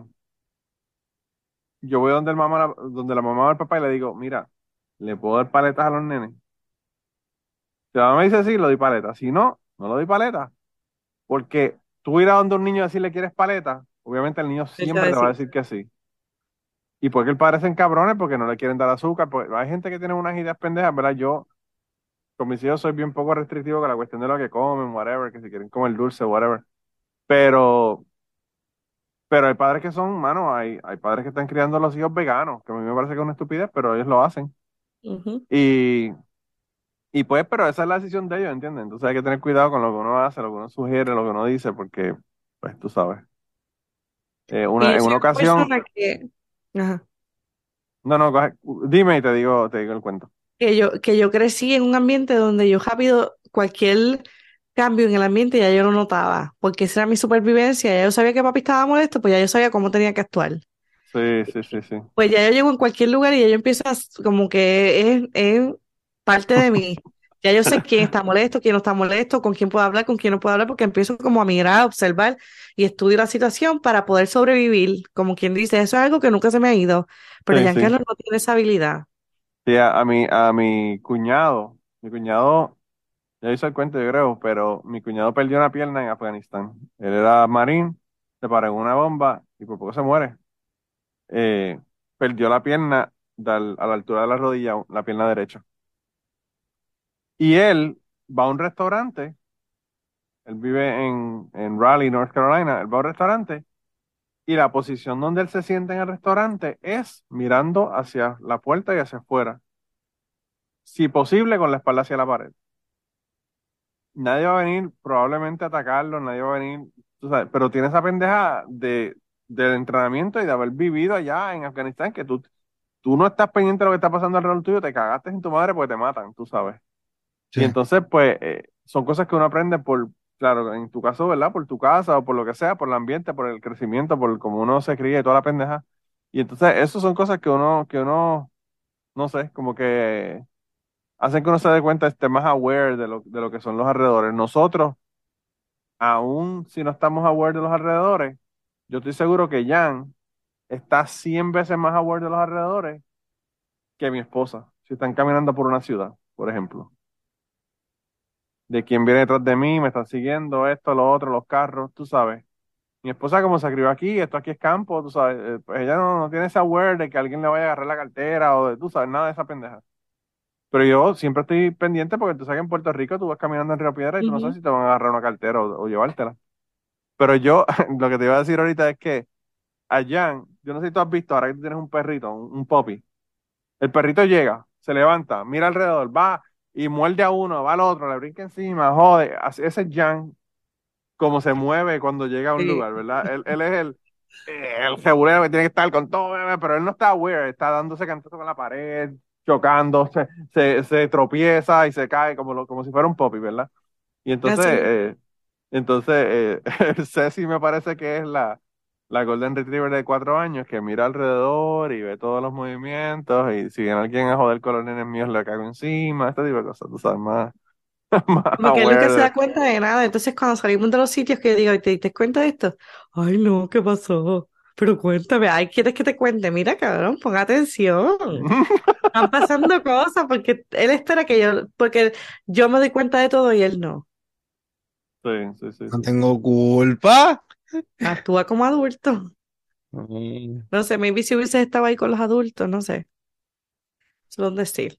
yo voy donde la mamá o el papá y le digo, mira, ¿le puedo dar paletas a los nenes? Si la mamá me dice sí, le doy paletas. Si no, no le doy paletas. Porque tú ir a donde un niño y decirle quieres paleta, obviamente el niño Él te va a siempre te va a decir, decir que sí. Y porque el padre se cabrones porque no le quieren dar azúcar. Porque hay gente que tiene unas ideas pendejas, ¿verdad? Yo, con mis hijos, soy bien poco restrictivo con la cuestión de lo que comen, whatever, que si quieren comer dulce, whatever. Pero, pero hay padres que son, mano, hay padres que están criando a los hijos veganos, que a mí me parece que es una estupidez, pero ellos lo hacen. "Ujú, Y, y pues, pero esa es la decisión de ellos, ¿entiendes? Entonces hay que tener cuidado con lo que uno hace, lo que uno sugiere, lo que uno dice, porque, pues tú sabes. Y En yo una soy una ocasión, persona que, ajá, no, dime y te digo el cuento. que yo crecí en un ambiente donde yo rápido, cualquier cambio en el ambiente ya yo lo notaba, porque esa era mi supervivencia, ya yo sabía que papi estaba molesto, pues ya yo sabía cómo tenía que actuar. Sí, sí, sí, sí. Pues ya yo llego en cualquier lugar y ya yo empiezo como que es parte de mí. Ya yo sé quién está molesto, quién no está molesto, con quién puedo hablar, con quién no puedo hablar, porque empiezo como a mirar, a observar y estudio la situación para poder sobrevivir. Como quien dice, eso es algo que nunca se me ha ido. Pero Sí, sí. Giancarlo no tiene esa habilidad. Sí, mi cuñado, ya hizo el cuento, yo creo, pero mi cuñado perdió una pierna en Afganistán. Él era marín, se paró en una bomba y por poco se muere. Eh, Perdió la pierna a la altura de la rodilla, la pierna derecha. Y él va a un restaurante, él vive en Raleigh, North Carolina, él va a un restaurante y la posición donde él se sienta en el restaurante es mirando hacia la puerta y hacia afuera, si posible con la espalda hacia la pared. Nadie va a venir probablemente a atacarlo, nadie va a venir, tú sabes, pero tiene esa pendeja del entrenamiento y de haber vivido allá en Afganistán, que tú no estás pendiente de lo que está pasando alrededor tuyo, te cagaste en tu madre porque te matan, tú sabes. Y Sí. entonces, pues, son cosas que uno aprende claro, en tu caso, ¿verdad? Por tu casa o por lo que sea, por el ambiente, por el crecimiento, por cómo uno se cría y toda la pendeja. Y entonces, eso son cosas no sé, como que hacen que uno se dé cuenta, esté más aware de lo que son los alrededores. Nosotros, aún si no estamos aware de los alrededores, yo estoy seguro que Jan está 100 veces más aware de los alrededores que mi esposa, si están caminando por una ciudad, por ejemplo. De quién viene detrás de mí, me están siguiendo, esto, lo otro, los carros, tú sabes. Mi esposa como se crió aquí, esto aquí es campo, tú sabes, pues ella no tiene ese aware de que alguien le vaya a agarrar la cartera o de, tú sabes, nada de esa pendeja. Pero yo siempre estoy pendiente porque tú sabes que en Puerto Rico tú vas caminando en Río Piedra y tú no sabes Ujú. si te van a agarrar una cartera o llevártela. Pero yo, lo que te iba a decir ahorita es que allá, yo no sé si tú has visto, ahora que tú tienes un perrito, un puppy, el perrito llega, se levanta, mira alrededor, va y muerde a uno, va al otro, le brinca encima, jode. Ese es Jan, como se mueve cuando llega a un Sí, lugar, ¿verdad? Él es el segurero que tiene que estar con todo, pero él no está aware, está dándose cantazo con la pared, chocando, se tropieza y se cae como si fuera un puppy, ¿verdad? Y así. Ceci me parece que es la Golden Retriever de 4 años que mira alrededor y ve todos los movimientos y si viene alguien a joder con los nenes míos le cago encima, este tipo de cosas, tú sabes, más, más Como que él nunca aware se de... da cuenta de nada. Entonces, cuando salimos de los sitios que digo, ¿te diste cuenta de esto? Ay, no, ¿qué pasó? Pero cuéntame, ay, ¿quieres que te cuente? Mira, cabrón, pon atención. Están pasando cosas porque él espera que porque yo me doy cuenta de todo y él no. Sí, sí, sí, No sí, sí. tengo culpa. Actúa como adulto. Mm, No sé, maybe si hubieses estado ahí con los adultos, no sé. Solo un decir.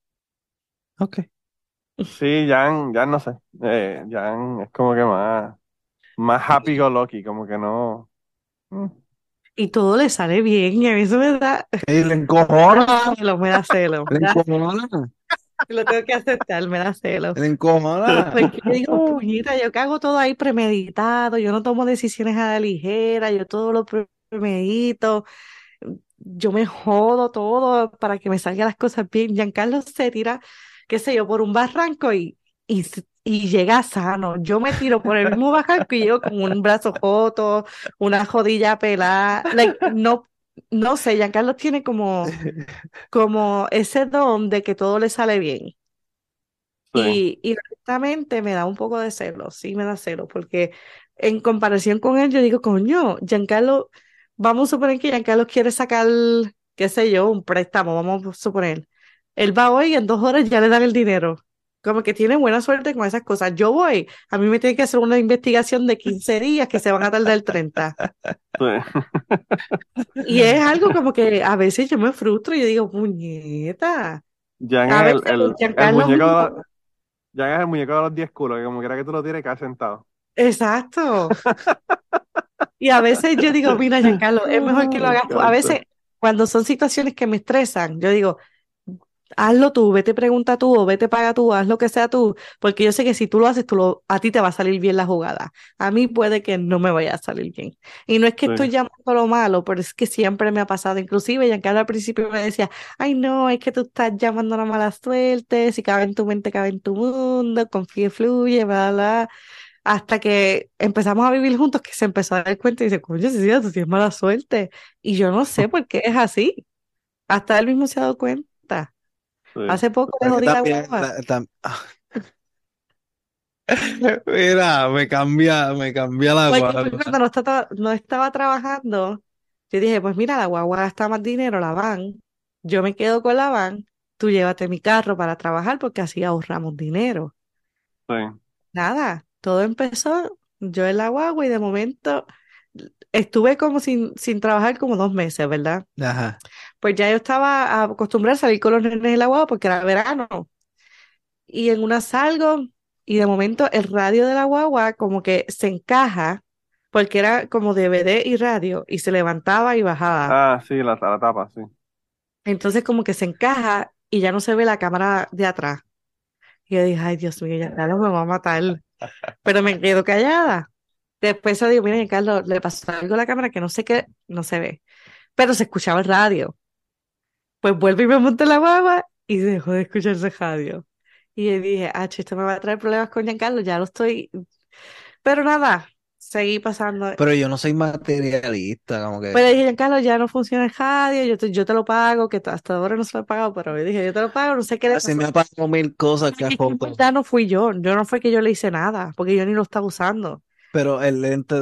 ok. Sí, Jan no sé, Jan es como que más happy go lucky, como que no... Mm, Y todo le sale bien y a mí eso me da, Y le me da encojona, celo, me da celo. le encojona, Lo tengo que aceptar, me da celo. le encojona. Porque yo digo, puñita, yo cago todo ahí premeditado, yo no tomo decisiones a la ligera, yo todo lo premedito, yo me jodo todo para que me salgan las cosas bien. Giancarlo se tira, qué sé yo, por un barranco y llega sano. Yo me tiro por el mismo barranco y llego con un brazo joto, una jodilla pelada. Like, no, no sé, Giancarlo tiene como ese don de que todo le sale bien. Sí, Y honestamente me da un poco de celo, sí me da celo, porque en comparación con él, yo digo, coño, Giancarlo, vamos a suponer que Giancarlo quiere sacar, qué sé yo, un préstamo, vamos a suponer. Él va hoy y en 2 horas ya le dan el dinero. Como que tiene buena suerte con esas cosas. Yo voy, a mí me tiene que hacer una investigación de 15 días que se van a tardar 30. sí. Y es algo como que a veces yo me frustro y yo digo, puñeta. Jan A es veces el Giancarlo es muñeco un... Jan es el muñeco de los 10 culos, que como quiera que tú lo tires, cae sentado. Exacto. Y a veces yo digo, mira, Giancarlo, es mejor que lo Me hagas tú. A encanta. veces, cuando son situaciones que me estresan, yo digo, hazlo tú, vete pregunta tú o vete paga tú, haz lo que sea tú, porque yo sé que si tú lo haces, a ti te va a salir bien la jugada. A mí puede que no me vaya a salir bien. Y no es que Sí. estoy llamando lo malo, pero es que siempre me ha pasado. Inclusive, Giancarlo al principio me decía, ay no, es que tú estás llamando a la mala suerte, si cabe en tu mente, cabe en tu mundo, confía y fluye, bla, bla. Hasta que empezamos a vivir juntos, que se empezó a dar cuenta y dice, coño, Cecilia, tú tienes mala suerte. Y yo no sé por qué es así. Hasta él mismo se ha dado cuenta. Sí. Hace poco le Pero que jodí la también, guagua. mira, me cambia la Porque guagua. pues, cuando no estaba trabajando, yo dije, pues mira, la guagua gasta más dinero, la van. Yo me quedo con la van, tú llévate mi carro para trabajar porque así ahorramos dinero. Sí. Nada, todo empezó yo en la guagua y de momento estuve como sin trabajar como 2 meses, ¿verdad? Ajá. Pues ya yo estaba acostumbrada a salir con los nenes en la guagua porque era verano. Y en una salgo y de momento el radio de la guagua como que se encaja porque era como DVD y radio y se levantaba y bajaba. Ah, sí, la tapa, sí. Entonces como que se encaja y ya no se ve la cámara de atrás. Y yo dije, ay Dios mío, ya Carlos me va a matar. Pero me quedo callada. Después yo digo, miren, Carlos, le pasó algo a la cámara que no sé qué, no se ve. Pero se escuchaba el radio. Pues vuelvo y me monto en la guagua y dejo de escucharse radio. Y yo dije, ah, esto me va a traer problemas con Giancarlo, ya lo estoy. Pero nada, seguí pasando. Pero yo no soy materialista, como que. Pero dije, Giancarlo, ya no funciona el radio, yo te lo pago, que hasta ahora no se lo he pagado, pero yo dije, yo te lo pago, no sé qué le Así pasó. me ha pasado mil cosas que Es que en verdad no fui yo no fue que yo le hice nada, porque yo ni lo estaba usando. Pero el lente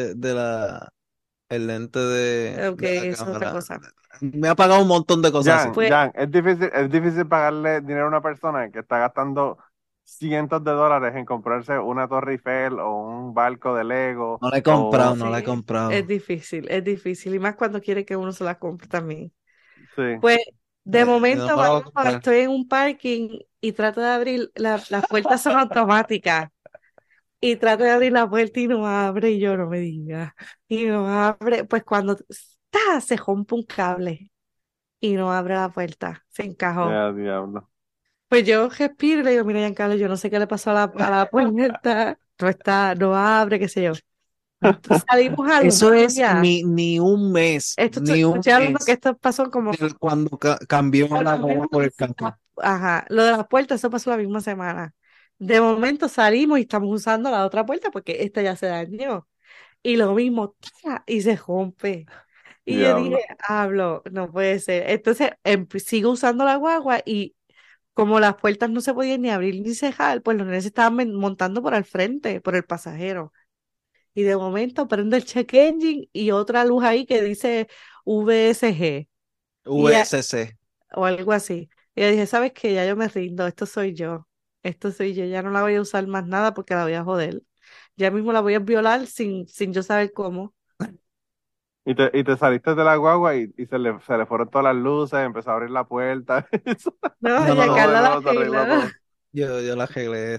el lente Ok, de la eso es otra cámara cosa. me ha pagado un montón de cosas así. Pues, Jan, es difícil pagarle dinero a una persona que está gastando cientos de dólares en comprarse una Torre Eiffel o un barco de Lego No la he o comprado, no la he sí, comprado. es difícil, y más cuando quiere que uno se la compre también. sí, Pues, de No momento, me la voy a vamos, comprar. estoy en un parking y trato de abrir, las puertas son automáticas. Y trato de abrir la puerta y no abre, y yo no me diga. Y no abre, pues cuando se rompe un cable y no abre la puerta, se encajó. ya diablo. Pues yo respiro y le digo, mira, Giancarlo, yo no sé qué le pasó a la puerta, no abre, qué sé yo. Salimos a los Eso es días. ni un mes, ni un Estoy hablando que mes esto pasó como. de cuando cambió la goma por el campo. Ajá, lo de las puertas, eso pasó la misma semana. De momento salimos y estamos usando la otra puerta porque esta ya se dañó. Y lo mismo, ¡tia! Y se rompe. Y yo dije, Diablo. hablo, no puede ser. Entonces sigo usando la guagua y como las puertas no se podían ni abrir ni cerrar, pues los nenes se estaban montando por al frente, por el pasajero. Y de momento prende el check engine y otra luz ahí que dice VSG y VSC. o algo así. Y yo dije, ¿sabes qué? Ya yo me rindo, esto soy yo. Esto soy yo, ya no la voy a usar más nada porque la voy a joder. Ya mismo la voy a violar sin yo saber cómo. Y te saliste de la guagua y se le fueron todas las luces, empezó a abrir la puerta. No, No, no, ya no. Todo de Carla la nuevo se arregló arregla, todo. Yo la arreglé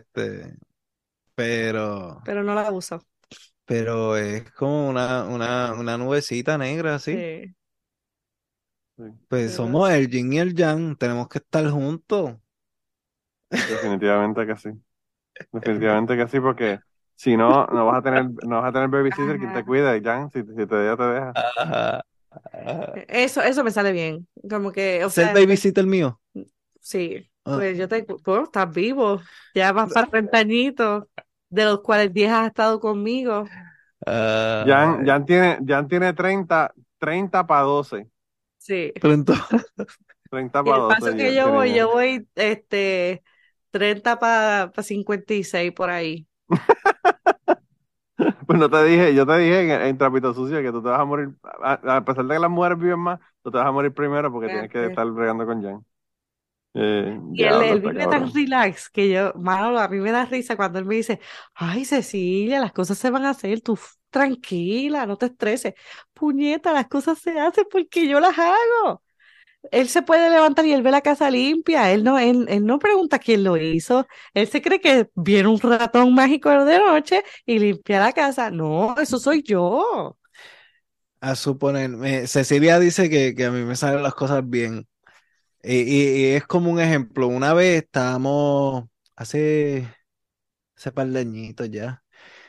pero, pero no la uso. pero es como una nubecita negra así. Sí, Sí, Pues pero somos el yin y el yang, tenemos que estar juntos. definitivamente que sí. Definitivamente que sí, porque si no, no vas a tener babysitter quien te ajá. cuide, Jan, si te deja, te deja. Ajá, ajá. Eso me sale bien. Como que, o ¿Es el sea, babysitter mío? sí, Ah, pues bueno, estás vivo. Ya vas para 30 añitos, de los cuales 10 has estado conmigo. Jan, ay, Jan tiene 30 para 12. Sí. pronto. 30 Y para el paso 12 que tiene yo Jan. voy, 30 para 56 por ahí. Pues no te dije, yo te dije en Trapito Sucio que tú te vas a morir, a pesar de que las mujeres viven más, tú te vas a morir primero porque tienes que Fíjate. estar bregando con Jan. Y él, Diablo, él está vive tan cabrón. relax que yo, mano, a mí me da risa cuando él me dice, ay, Cecilia, las cosas se van a hacer, tú tranquila, no te estreses. Puñeta, las cosas se hacen porque yo las hago. Él se puede levantar y él ve la casa limpia, él no pregunta quién lo hizo, él se cree que viene un ratón mágico de noche y limpia la casa. No, eso soy yo. A suponer, Cecilia dice que a mí me salen las cosas bien. Y es como un ejemplo. Una vez estábamos, hace, hace par de añitos ya,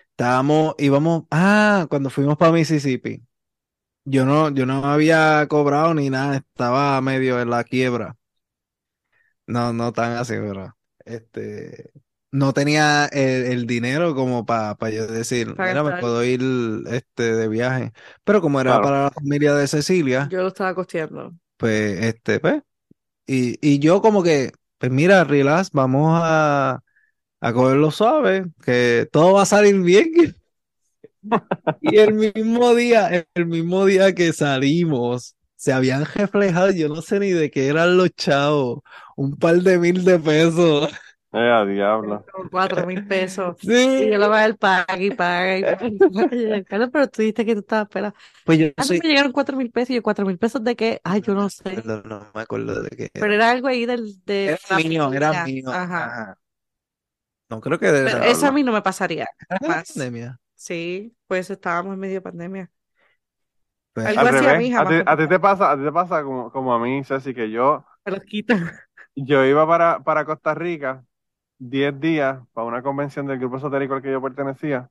cuando fuimos para Mississippi, yo no había cobrado ni nada, estaba medio en la quiebra. No, no tan así, pero este, no tenía el dinero como para yo decir, Para mira, me gastar. puedo ir de viaje. Pero como era Claro. para la familia de Cecilia, Yo lo estaba costeando. pues, y yo como que, pues mira, relax, vamos a cogerlo suave, que todo va a salir bien. Y el mismo día que salimos, se habían reflejado, yo no sé ni de qué eran los chavos, un par de mil de pesos. A diablo. Como 4.000 pesos. Y yo Sí. lo voy a dar paga y paga y paga. Y yo, Carlos, pero tú dijiste que tú estabas esperando. Pues yo A mí soy, me llegaron 4.000 pesos y yo, ¿4.000 pesos de qué? Ay, yo no sé. no me acuerdo de qué Pero era. era algo ahí de Era la mío, era pandemia. mío. Ajá. Ajá. No creo que era Pero de eso a Diablo. mí no me pasaría. la Jamás. pandemia. Sí, pues estábamos en medio de pandemia. Pues, Algo Al así a revés, mí a ti, jamás me a ti pasaría. te pasa como a mí, Ceci, que Me los quitan. yo iba para Costa Rica 10 días para una convención del grupo esotérico al que yo pertenecía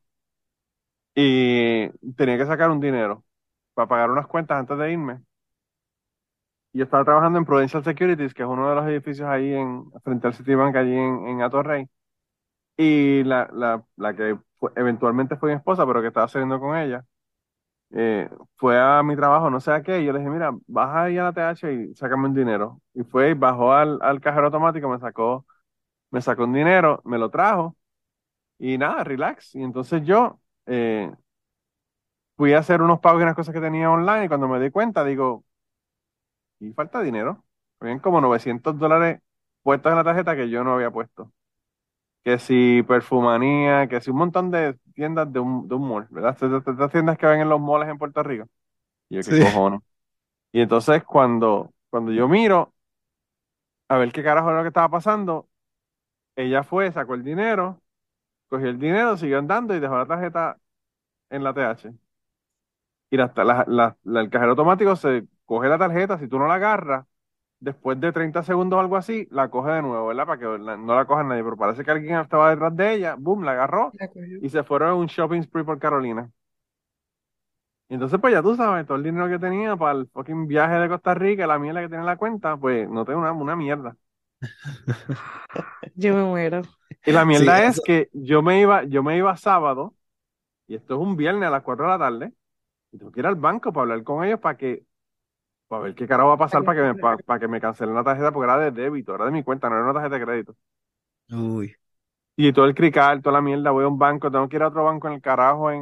y tenía que sacar un dinero para pagar unas cuentas antes de irme. Y yo estaba trabajando en Prudential Securities, que es uno de los edificios ahí frente al Citibank, allí en Atorrey. Y la que eventualmente fue mi esposa, pero que estaba saliendo con ella, fue a mi trabajo, no sé a qué, y yo le dije, mira, baja ahí a la TH y sácame un dinero. Y fue y bajó al cajero automático, me sacó un dinero, me lo trajo, y nada, relax. Y entonces yo fui a hacer unos pagos y unas cosas que tenía online, y cuando me di cuenta, digo, y falta dinero. Habían como $900 puestos en la tarjeta que yo no había puesto. Que si perfumanía, que si un montón de tiendas de un mall, ¿verdad? Estas tiendas que ven en los malls en Puerto Rico. Y yo, ¿qué sí. cojones? Y entonces cuando yo miro a ver qué carajo era lo que estaba pasando, ella fue, sacó el dinero, cogió el dinero, siguió andando y dejó la tarjeta en la TH. Y el cajero automático se coge la tarjeta, si tú no la agarras, después de 30 segundos o algo así, la coge de nuevo, ¿verdad? Para que no la coja nadie, pero parece que alguien estaba detrás de ella, boom, la agarró La cogió. y se fueron a un shopping spree por Carolina. Y entonces, pues ya tú sabes, todo el dinero que tenía para el fucking viaje de Costa Rica, la mierda que tenía en la cuenta, pues no tengo una mierda. Yo me muero. Y la Sí, mierda es eso. que yo me iba sábado, y esto es un viernes a las 4 de la tarde, y tengo que ir al banco para hablar con ellos para ver qué carajo va a pasar para que me cancelen la tarjeta, porque era de débito, era de mi cuenta, no era una tarjeta de crédito. Uy. Y todo el crical, toda la mierda, voy a un banco, tengo que ir a otro banco en el carajo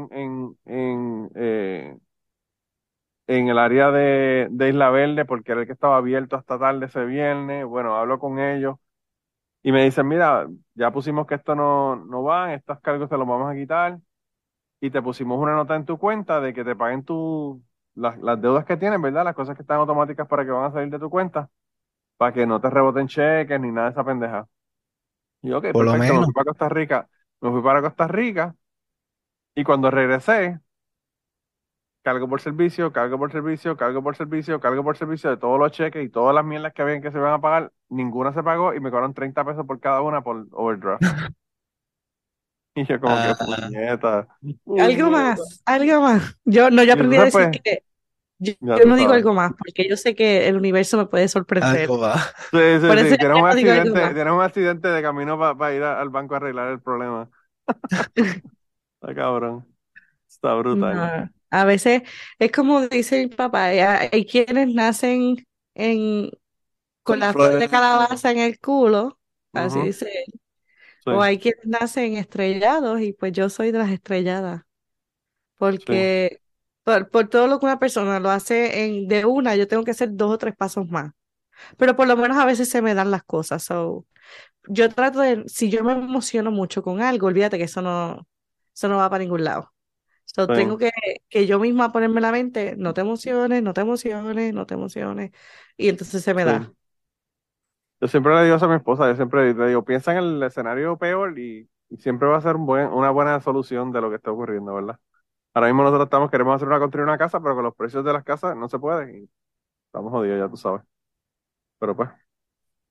en el área de Isla Verde, porque era el que estaba abierto hasta tarde ese viernes. Bueno, hablo con ellos y me dicen, mira, ya pusimos que esto no va, estos cargos te los vamos a quitar y te pusimos una nota en tu cuenta de que te paguen las deudas que tienes, ¿verdad? Las cosas que están automáticas para que van a salir de tu cuenta, para que no te reboten cheques ni nada de esa pendeja. Y yo, ok, Por lo perfecto, me menos. fui para Costa Rica, me fui para Costa Rica y cuando regresé, cargo por servicio, cargo por servicio, cargo por servicio, cargo por servicio de todos los cheques y todas las mierdas que habían que se iban a pagar, ninguna se pagó y me cobraron 30 pesos por cada una por overdraft. Y yo como que Ah, puñeta, Algo puñeta. más, algo más. Yo no, yo Y aprendí a entonces decir pues, que yo ya tú no digo sabes. algo más, porque yo sé que el universo me puede sorprender. algo va. Sí, sí, Por eso sí, yo no digo algo más. tienes un accidente de camino para ir al banco a arreglar el problema. Está cabrón, está brutal. No, a veces es como dice mi papá, hay quienes nacen en, con Con la flor flores de en el culo. calabaza en el culo, así Ujú, dice él, sí, o hay quienes nacen estrellados y pues yo soy de las estrelladas, sí, porque por todo lo que una persona lo hace de una, yo tengo que hacer 2 o 3 pasos más, pero por lo menos a veces se me dan las cosas, so, yo trato de, si yo me emociono mucho con algo, olvídate que eso no va para ningún lado. So, sí, tengo que yo misma ponerme en la mente, no te emociones, no te emociones, no te emociones. Y entonces se me sí. da. Yo siempre le digo eso a mi esposa, yo siempre le digo, piensa en el escenario peor y siempre va a ser una buena solución de lo que está ocurriendo, ¿verdad? Ahora mismo nosotros queremos construir una casa, pero con los precios de las casas no se puede y estamos jodidos, ya tú sabes. Pero pues.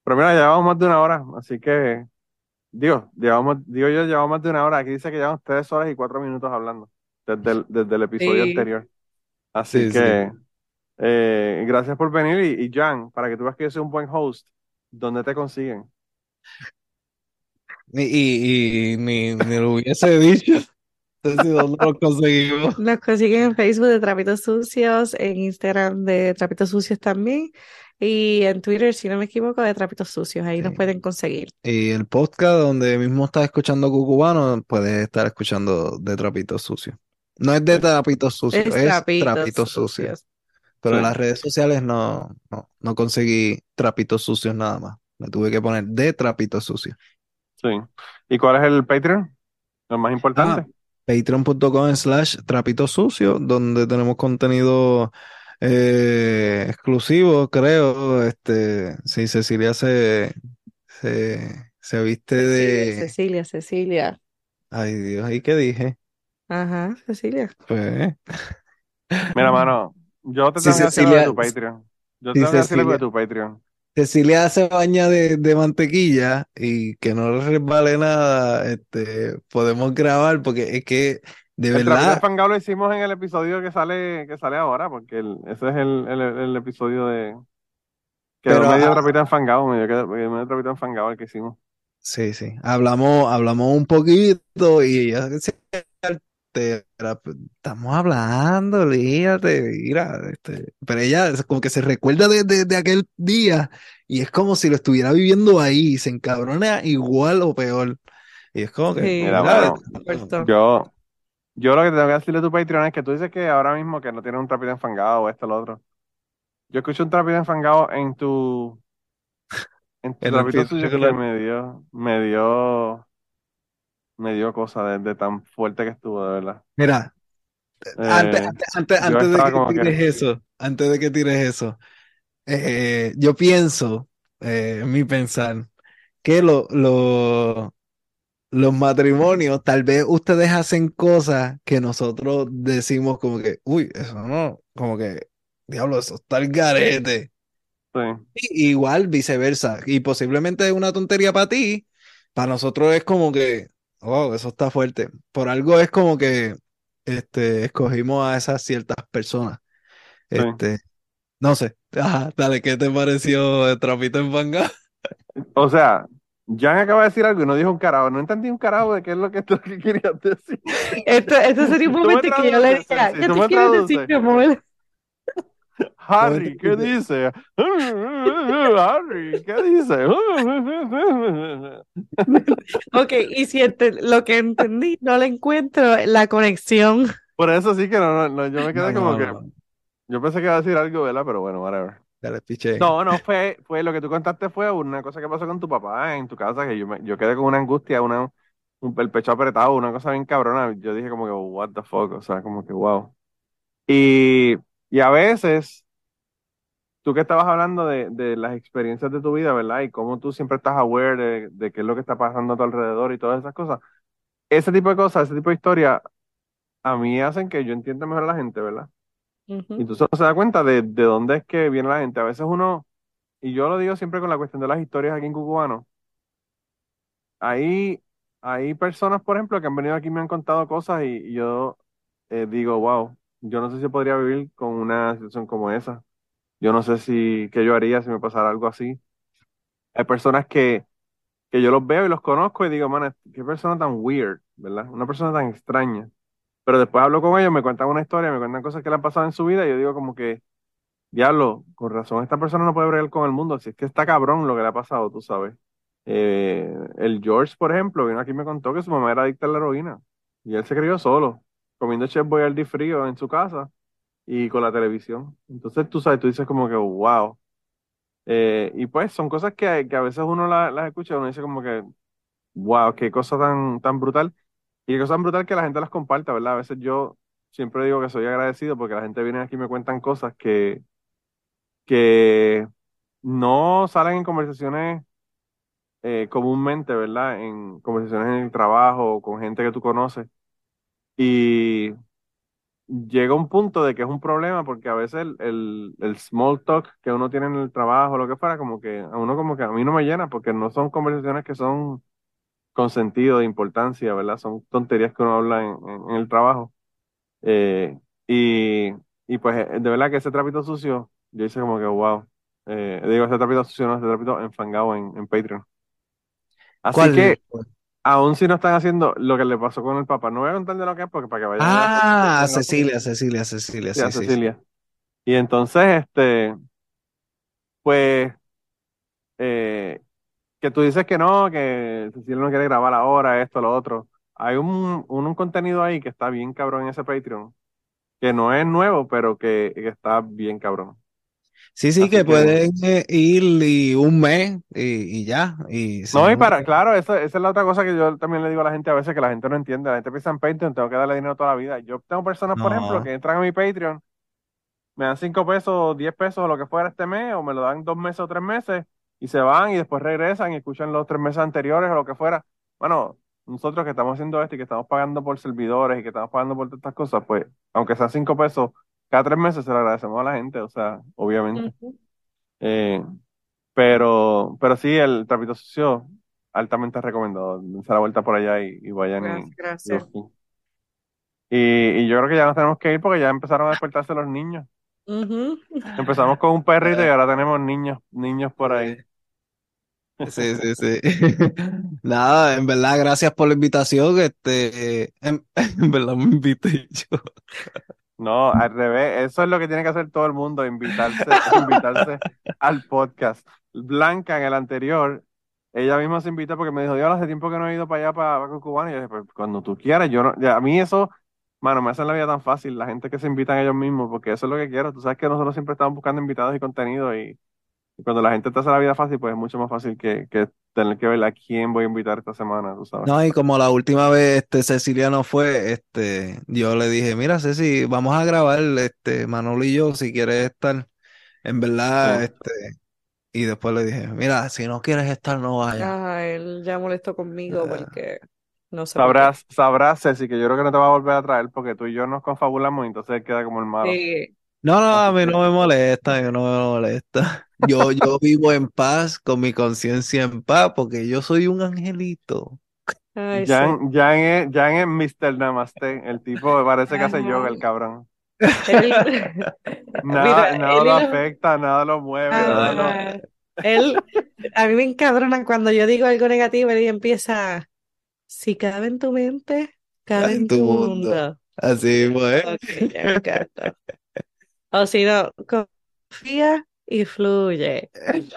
Pero mira, llevamos más de una hora, así que, llevamos más de una hora. Aquí dice que llevamos 3 horas y 4 minutos hablando desde el episodio Sí. anterior. Así Sí, sí. que, gracias por venir y Jan, para que tú veas que yo soy un buen host, ¿dónde te consiguen? Ni lo hubiese dicho. No sé si dónde lo conseguimos. Nos consiguen en Facebook de Trapitos Sucios, en Instagram de Trapitos Sucios también, y en Twitter, si no me equivoco, de Trapitos Sucios. Ahí nos Sí. pueden conseguir. Y el podcast donde mismo estás escuchando Cucubano, puedes estar escuchando de Trapitos Sucios. No es de Sí, Trapitos Sucios, Es es Trapitos Trapitos Sucios. Sucios. Pero en las sí, redes sociales no conseguí Trapitos Sucios nada más. Me tuve que poner de Trapitos Sucios. sí. ¿Y cuál es el Patreon? Lo más Ah, importante. patreon.com/Trapitos Sucios, donde tenemos contenido exclusivo, creo. Sí, Cecilia se viste Cecilia, de... Cecilia, Cecilia. Ay, Dios, ¿ahí qué dije? Ajá, Cecilia. Pues... Mira, mano, yo te Si tengo que decir algo de Cecilia, tu Patreon. Yo te si tengo que decir algo de Cecilia, tu Patreon. Cecilia se baña de mantequilla y que no le resbale nada, podemos grabar porque es que, de El trapito verdad, enfangado lo hicimos en el episodio que sale ahora, porque ese es el episodio de... Quedó pero medio trapito enfangado, medio trapito enfangado el que hicimos. sí, sí, hablamos un poquito y ella decía, estamos hablando, líate, mira, pero ella como que se recuerda de aquel día y es como si lo estuviera viviendo ahí y se encabrona igual o peor. Y es como que, Sí, Mira, mira, mano, correcto. yo lo que te tengo que decir de tu Patreon es que tú dices que ahora mismo que no tienes un trapito enfangado o esto o lo otro. Yo escuché un trapito enfangado en tu en el trapito piso suyo que chocolate. me dio cosa de tan fuerte que estuvo, de verdad. Mira, Eh, yo antes de estaba que como que, tires eso, yo pienso, en mi pensar, que los matrimonios, tal vez ustedes hacen cosas que nosotros decimos como que, uy, eso no, como que, diablo, eso está el garete. sí, Igual viceversa. Y posiblemente es una tontería para ti, para nosotros es como que, oh, eso está fuerte. Por algo es como que escogimos a esas ciertas personas. sí. Este, no sé. Ajá, dale, ¿qué te pareció el Trapito en Fanga? O sea, Jan acaba de decir algo y no dijo un carajo. No entendí un carajo de qué es lo que querías decir. Esto sería un Tú me momento en que yo le traduces, diga, Ceci, ¿qué tú te me quieres decir, traduces. mi amor? No me Harry, ¿qué entendiste. dice? Harry, ¿qué dice? Ok, y si lo que entendí, no le encuentro la conexión. Por eso sí que yo me No, quedé como no, que, no. yo pensé que iba a decir algo, ¿verdad? Pero bueno, whatever. Dale, piche. No, no, fue lo que tú contaste fue una cosa que pasó con tu papá en tu casa, que yo quedé con una angustia, el pecho apretado, una cosa bien cabrona. Yo dije como que, what the fuck, o sea, como que, wow. Y, y a veces, tú que estabas hablando de las experiencias de tu vida, ¿verdad? Y cómo tú siempre estás aware de qué es lo que está pasando a tu alrededor y todas esas cosas. Ese tipo de cosas, ese tipo de historia, a mí hacen que yo entienda mejor a la gente, ¿verdad? Y Ujú, tú solo se da cuenta de dónde es que viene la gente. A veces uno, y yo lo digo siempre con la cuestión de las historias aquí en Cucubano, hay, hay personas, por ejemplo, que han venido aquí y me han contado cosas y yo digo, wow, yo no sé si podría vivir con una situación como esa. Yo no sé qué yo haría si me pasara algo así. Hay personas que yo los veo y los conozco y digo, man, qué persona tan weird, ¿verdad? Una persona tan extraña. Pero después hablo con ellos, me cuentan una historia, me cuentan cosas que le han pasado en su vida y yo digo como que, diablo, con razón, esta persona no puede bregar con el mundo, si es que está cabrón lo que le ha pasado, tú sabes. El George, por ejemplo, vino aquí y me contó que su mamá era adicta a la heroína y él se crió solo, comiendo Chef Boyardee frío en su casa y con la televisión. Entonces, tú sabes, tú dices como que, wow. Y pues son cosas que a veces uno las escucha y uno dice como que, wow, qué cosa tan brutal. Y qué cosa tan brutal que la gente las comparta, ¿verdad? A veces yo siempre digo que soy agradecido porque la gente viene aquí y me cuentan cosas que no salen en conversaciones comúnmente, ¿verdad? En conversaciones en el trabajo o con gente que tú conoces. Y, llega un punto de que es un problema porque a veces el small talk que uno tiene en el trabajo, lo que fuera, como que a uno como que a mí no me llena porque no son conversaciones que son con sentido de importancia, ¿verdad? Son tonterías que uno habla en el trabajo. Eh, y, y pues de verdad que ese trapito sucio, yo hice como que wow. Digo, ese trapito sucio, no, ese trapito enfangado en Patreon. Así ¿Cuál? que, aún si no están haciendo lo que le pasó con el papá, no voy a contar de lo que es porque para que vayan a la Ah, en la foto, Cecilia, Cecilia, Cecilia, sí, a sí, sí, sí. Cecilia. Y entonces, pues, eh, que tú dices que no, que Cecilia no quiere grabar ahora, esto, lo otro. Hay un contenido ahí que está bien cabrón en ese Patreon, que no es nuevo, pero que está bien cabrón. Sí, sí, Así que que, pueden ir y un mes y ya, y no, y sin... para, claro, esa es la otra cosa que yo también le digo a la gente a veces que la gente no entiende. La gente piensa en Patreon, tengo que darle dinero toda la vida. Yo tengo personas, por ejemplo, No, que entran a mi Patreon, me dan 5 pesos, 10 pesos o lo que fuera este mes, o me lo dan 2 meses o 3 meses, y se van y después regresan y escuchan los 3 meses anteriores o lo que fuera. Bueno, nosotros que estamos haciendo esto y que estamos pagando por servidores y que estamos pagando por todas estas cosas, pues, aunque sean 5 pesos, cada 3 meses se lo agradecemos a la gente, o sea, obviamente. Ujú. Eh, pero sí, el trapito sucio, altamente recomendado. Dense la vuelta por allá y vayan Gracias, y lo gracias. escuchen. Y yo creo que ya nos tenemos que ir porque ya empezaron a despertarse los niños. Ujú. Empezamos con un perrito y eh, ahora tenemos niños por ahí. eh, sí, sí, sí. Nada, en verdad, gracias por la invitación. En verdad me invité yo. No, al revés, eso es lo que tiene que hacer todo el mundo, invitarse al podcast. Blanca en el anterior, ella misma se invita porque me dijo, yo hace tiempo que no he ido para allá, para Cubano, y yo dije, pues cuando tú quieras, yo no, ya, a mí eso, mano, me hace la vida tan fácil, la gente que se invitan ellos mismos, porque eso es lo que quiero. Tú sabes que nosotros siempre estamos buscando invitados y contenido, y cuando la gente te hace la vida fácil, pues es mucho más fácil que tener que ver a quién voy a invitar esta semana, tú sabes. No, y como la última vez Cecilia no fue, yo le dije, mira, Ceci, vamos a grabar, Manolo y yo, si quieres estar, en Sí. verdad, y después le dije, mira, si no quieres estar, no vayas. Ah, él ya molestó conmigo Ah, porque no sé por qué. Sabrás, Ceci, que yo creo que no te va a volver a traer porque tú y yo nos confabulamos y entonces él queda como el malo. Sí. no, no, a Así mí que, no me molesta, a mí no me molesta. Yo vivo en paz, con mi conciencia en paz, porque yo soy un angelito. Ay, sí. Jan es Mr. Namaste. El tipo parece que hace yoga, Ajá. el cabrón. Él, mira, Nada él y lo los, afecta, nada lo mueve, nada lo. ajá. Él, a mí me encadrona cuando yo digo algo negativo y empieza, si cabe en tu mente, cabe En en tu tu mundo. mundo. Así, pues. Ok, ya me encanta. O si no, confía y fluye,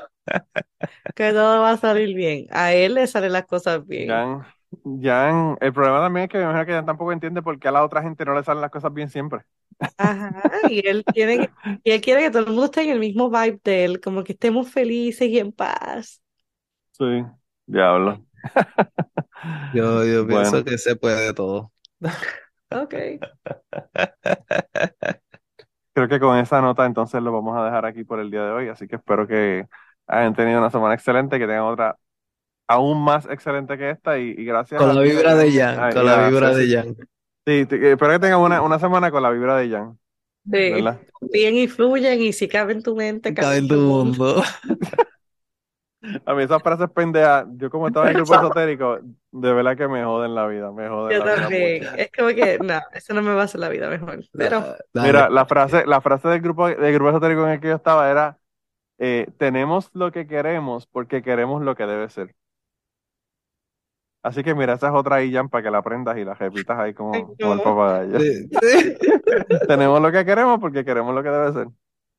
que todo va a salir bien. A él le salen las cosas bien. Jan, el problema también es que me imagino que Jan tampoco entiende por qué a la otra gente no le salen las cosas bien siempre. Ajá, y él quiere que todo el mundo esté en el mismo vibe de él, como que estemos felices y en paz. Sí, diablo. Yo pienso Bueno, que se puede todo. Ok. creo que con esa nota entonces lo vamos a dejar aquí por el día de hoy, así que espero que hayan tenido una semana excelente, que tengan otra aún más excelente que esta y gracias Con a la ti, a vibra de Jan Jan, y con la a vibra de Ceci. Jan. Sí, espero que tengan una semana con la vibra de Jan, Sí, ¿verdad? bien y fluyen y si cabe en tu mente, cabe Cabe en en tu tu mundo. mundo. A mí esas frases pendejas, yo como estaba en el grupo esotérico, de verdad que me joden Yo la vida mucho. también. Es como que, no, eso no me va a hacer la vida mejor. Pero, Mira, Dale. la frase del grupo esotérico en el que yo estaba era, tenemos lo que queremos porque queremos lo que debe ser. Así que mira, esa es otra ahí, Jan, para que la aprendas y la repitas ahí ay, como el no. papagayo. Sí, sí. Tenemos lo que queremos porque queremos lo que debe ser.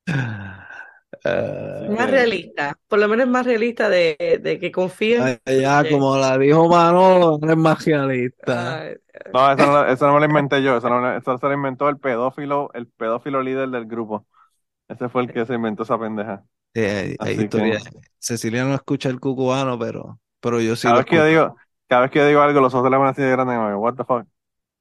Así Ah, Más que, realista. Por lo menos más realista de que confíen. ya, Fluye. como la dijo Manolo, eres más realista. Ay, no, eso no me lo inventé yo, eso se lo inventó el pedófilo líder del grupo. Ese fue el que se inventó esa pendeja. Hay Así que, historia. Cecilia no escucha el cucubano, pero yo sí cada lo vez que yo escucho. digo, cada vez que yo digo algo, los ojos se le van así de grandes, y me digo, what the fuck.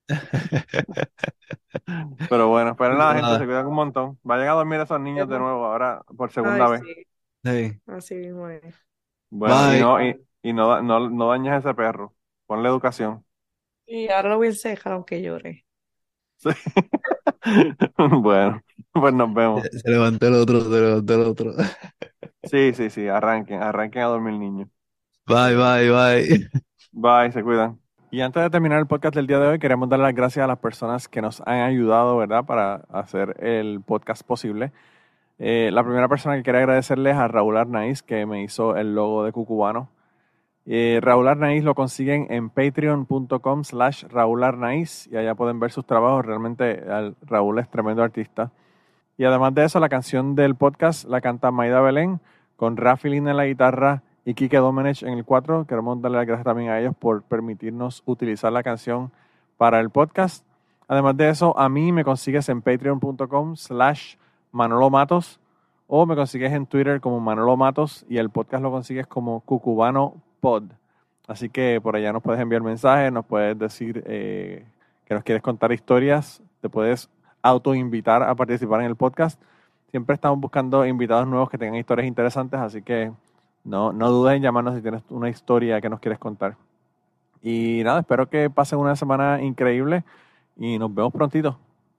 Pero bueno, pero nada, gente, se Nada. cuidan un montón. Vayan a dormir esos niños de nuevo ahora por ay, segunda vez. sí. Sí. Así mismo es. Bueno, y Bye. no, y no dañes a ese perro. Ponle educación. Y ahora lo voy a encejar aunque llore. Sí. Bueno, pues nos vemos. Se levantó el otro, se levantó el otro. Sí, arranquen a dormir, niños. Bye, bye, bye. Bye, se cuidan. Y antes de terminar el podcast del día de hoy, queremos dar las gracias a las personas que nos han ayudado, ¿verdad?, para hacer el podcast posible. La primera persona que quería agradecerles a Raúl Arnaiz, que me hizo el logo de Cucubano. Raúl Arnaiz lo consiguen en patreon.com/Raúl Arnaiz y allá pueden ver sus trabajos. Realmente Raúl es tremendo artista. Y además de eso, la canción del podcast la canta Maida Belén con Rafi Lina en la guitarra y Quique Domenech en el 4. Queremos darle las gracias también a ellos por permitirnos utilizar la canción para el podcast. Además de eso, a mí me consigues en patreon.com/Manolo Matos o me consigues en Twitter como Manolo Matos y el podcast lo consigues como Cucubano Pod. Así que por allá nos puedes enviar mensajes, nos puedes decir que nos quieres contar historias, te puedes autoinvitar a participar en el podcast. Siempre estamos buscando invitados nuevos que tengan historias interesantes, así que no dudes en llamarnos si tienes una historia que nos quieres contar. Y nada, espero que pasen una semana increíble y nos vemos prontito.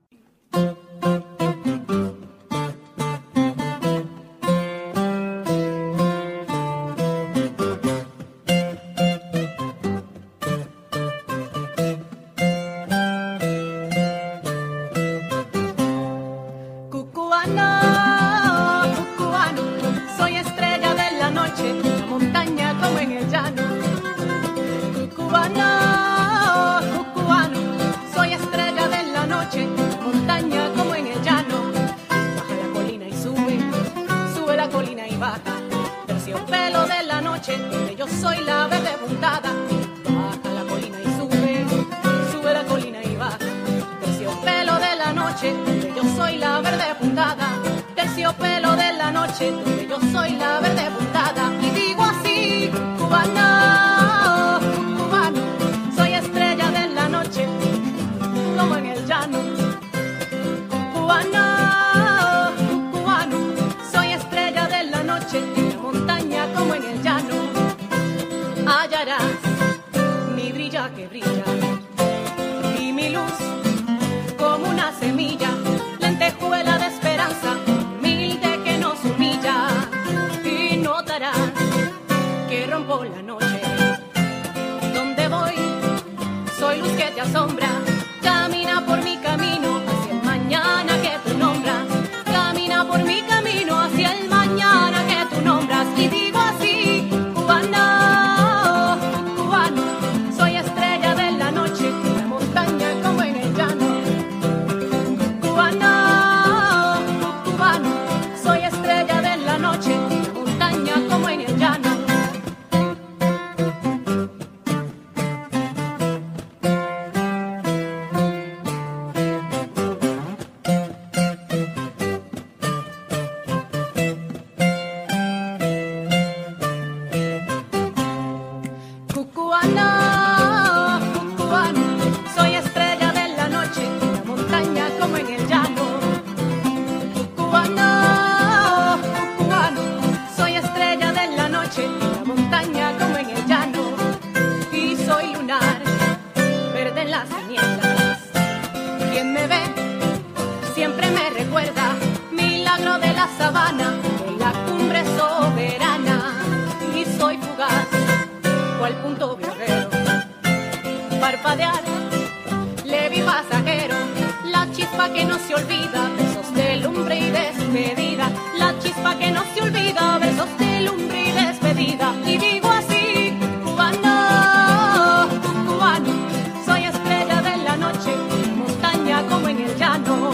Donde yo soy la verde puntada y digo así, cubano, cubano, soy estrella de la noche, como en el llano. Cubano, cubano, soy estrella de la noche, en la montaña como en el llano. Hallarás mi brilla que brilla y mi luz como una semilla, lentejuela de esperanza. Que rompo la noche, donde voy, soy luz que te asombra, camina por mi camino hacia el mañana que tú nombras, camina por mi camino hacia el mañana que tú nombras, y digo así, cubano, cubano, soy estrella de la noche, en la montaña como en el llano, cubano, cubano, soy estrella de la noche, como en el llano. Cucubano, cucubano, soy estrella de la noche, en la montaña como en el llano. Cucubano, soy estrella de la noche, en la montaña como en el llano. Y soy lunar, verde en las tinieblas. Quien me ve, siempre me recuerda, milagro de la sabana, de la cumbre soberana. Y soy fugaz, cual punto viajero, parpadear, leve y pasajero, la chispa que no se olvida, besos de lumbre y despedida, la chispa que no se olvida, besos de lumbre y despedida, y digo así, cubano, cubano, soy estrella de la noche, montaña como en el llano,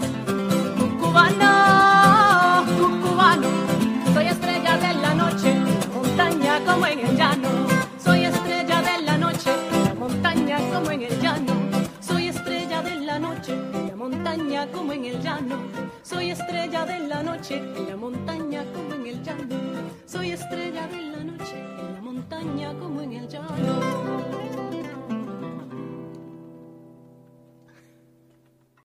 cubano, cubano, soy estrella de la noche, montaña como en el llano, soy estrella de la noche, la montaña como en el llano, soy estrella de la noche, en la montaña como en el llano, soy estrella de la noche, en la montaña como en el llano, soy estrella de la noche, en la montaña como en el llano.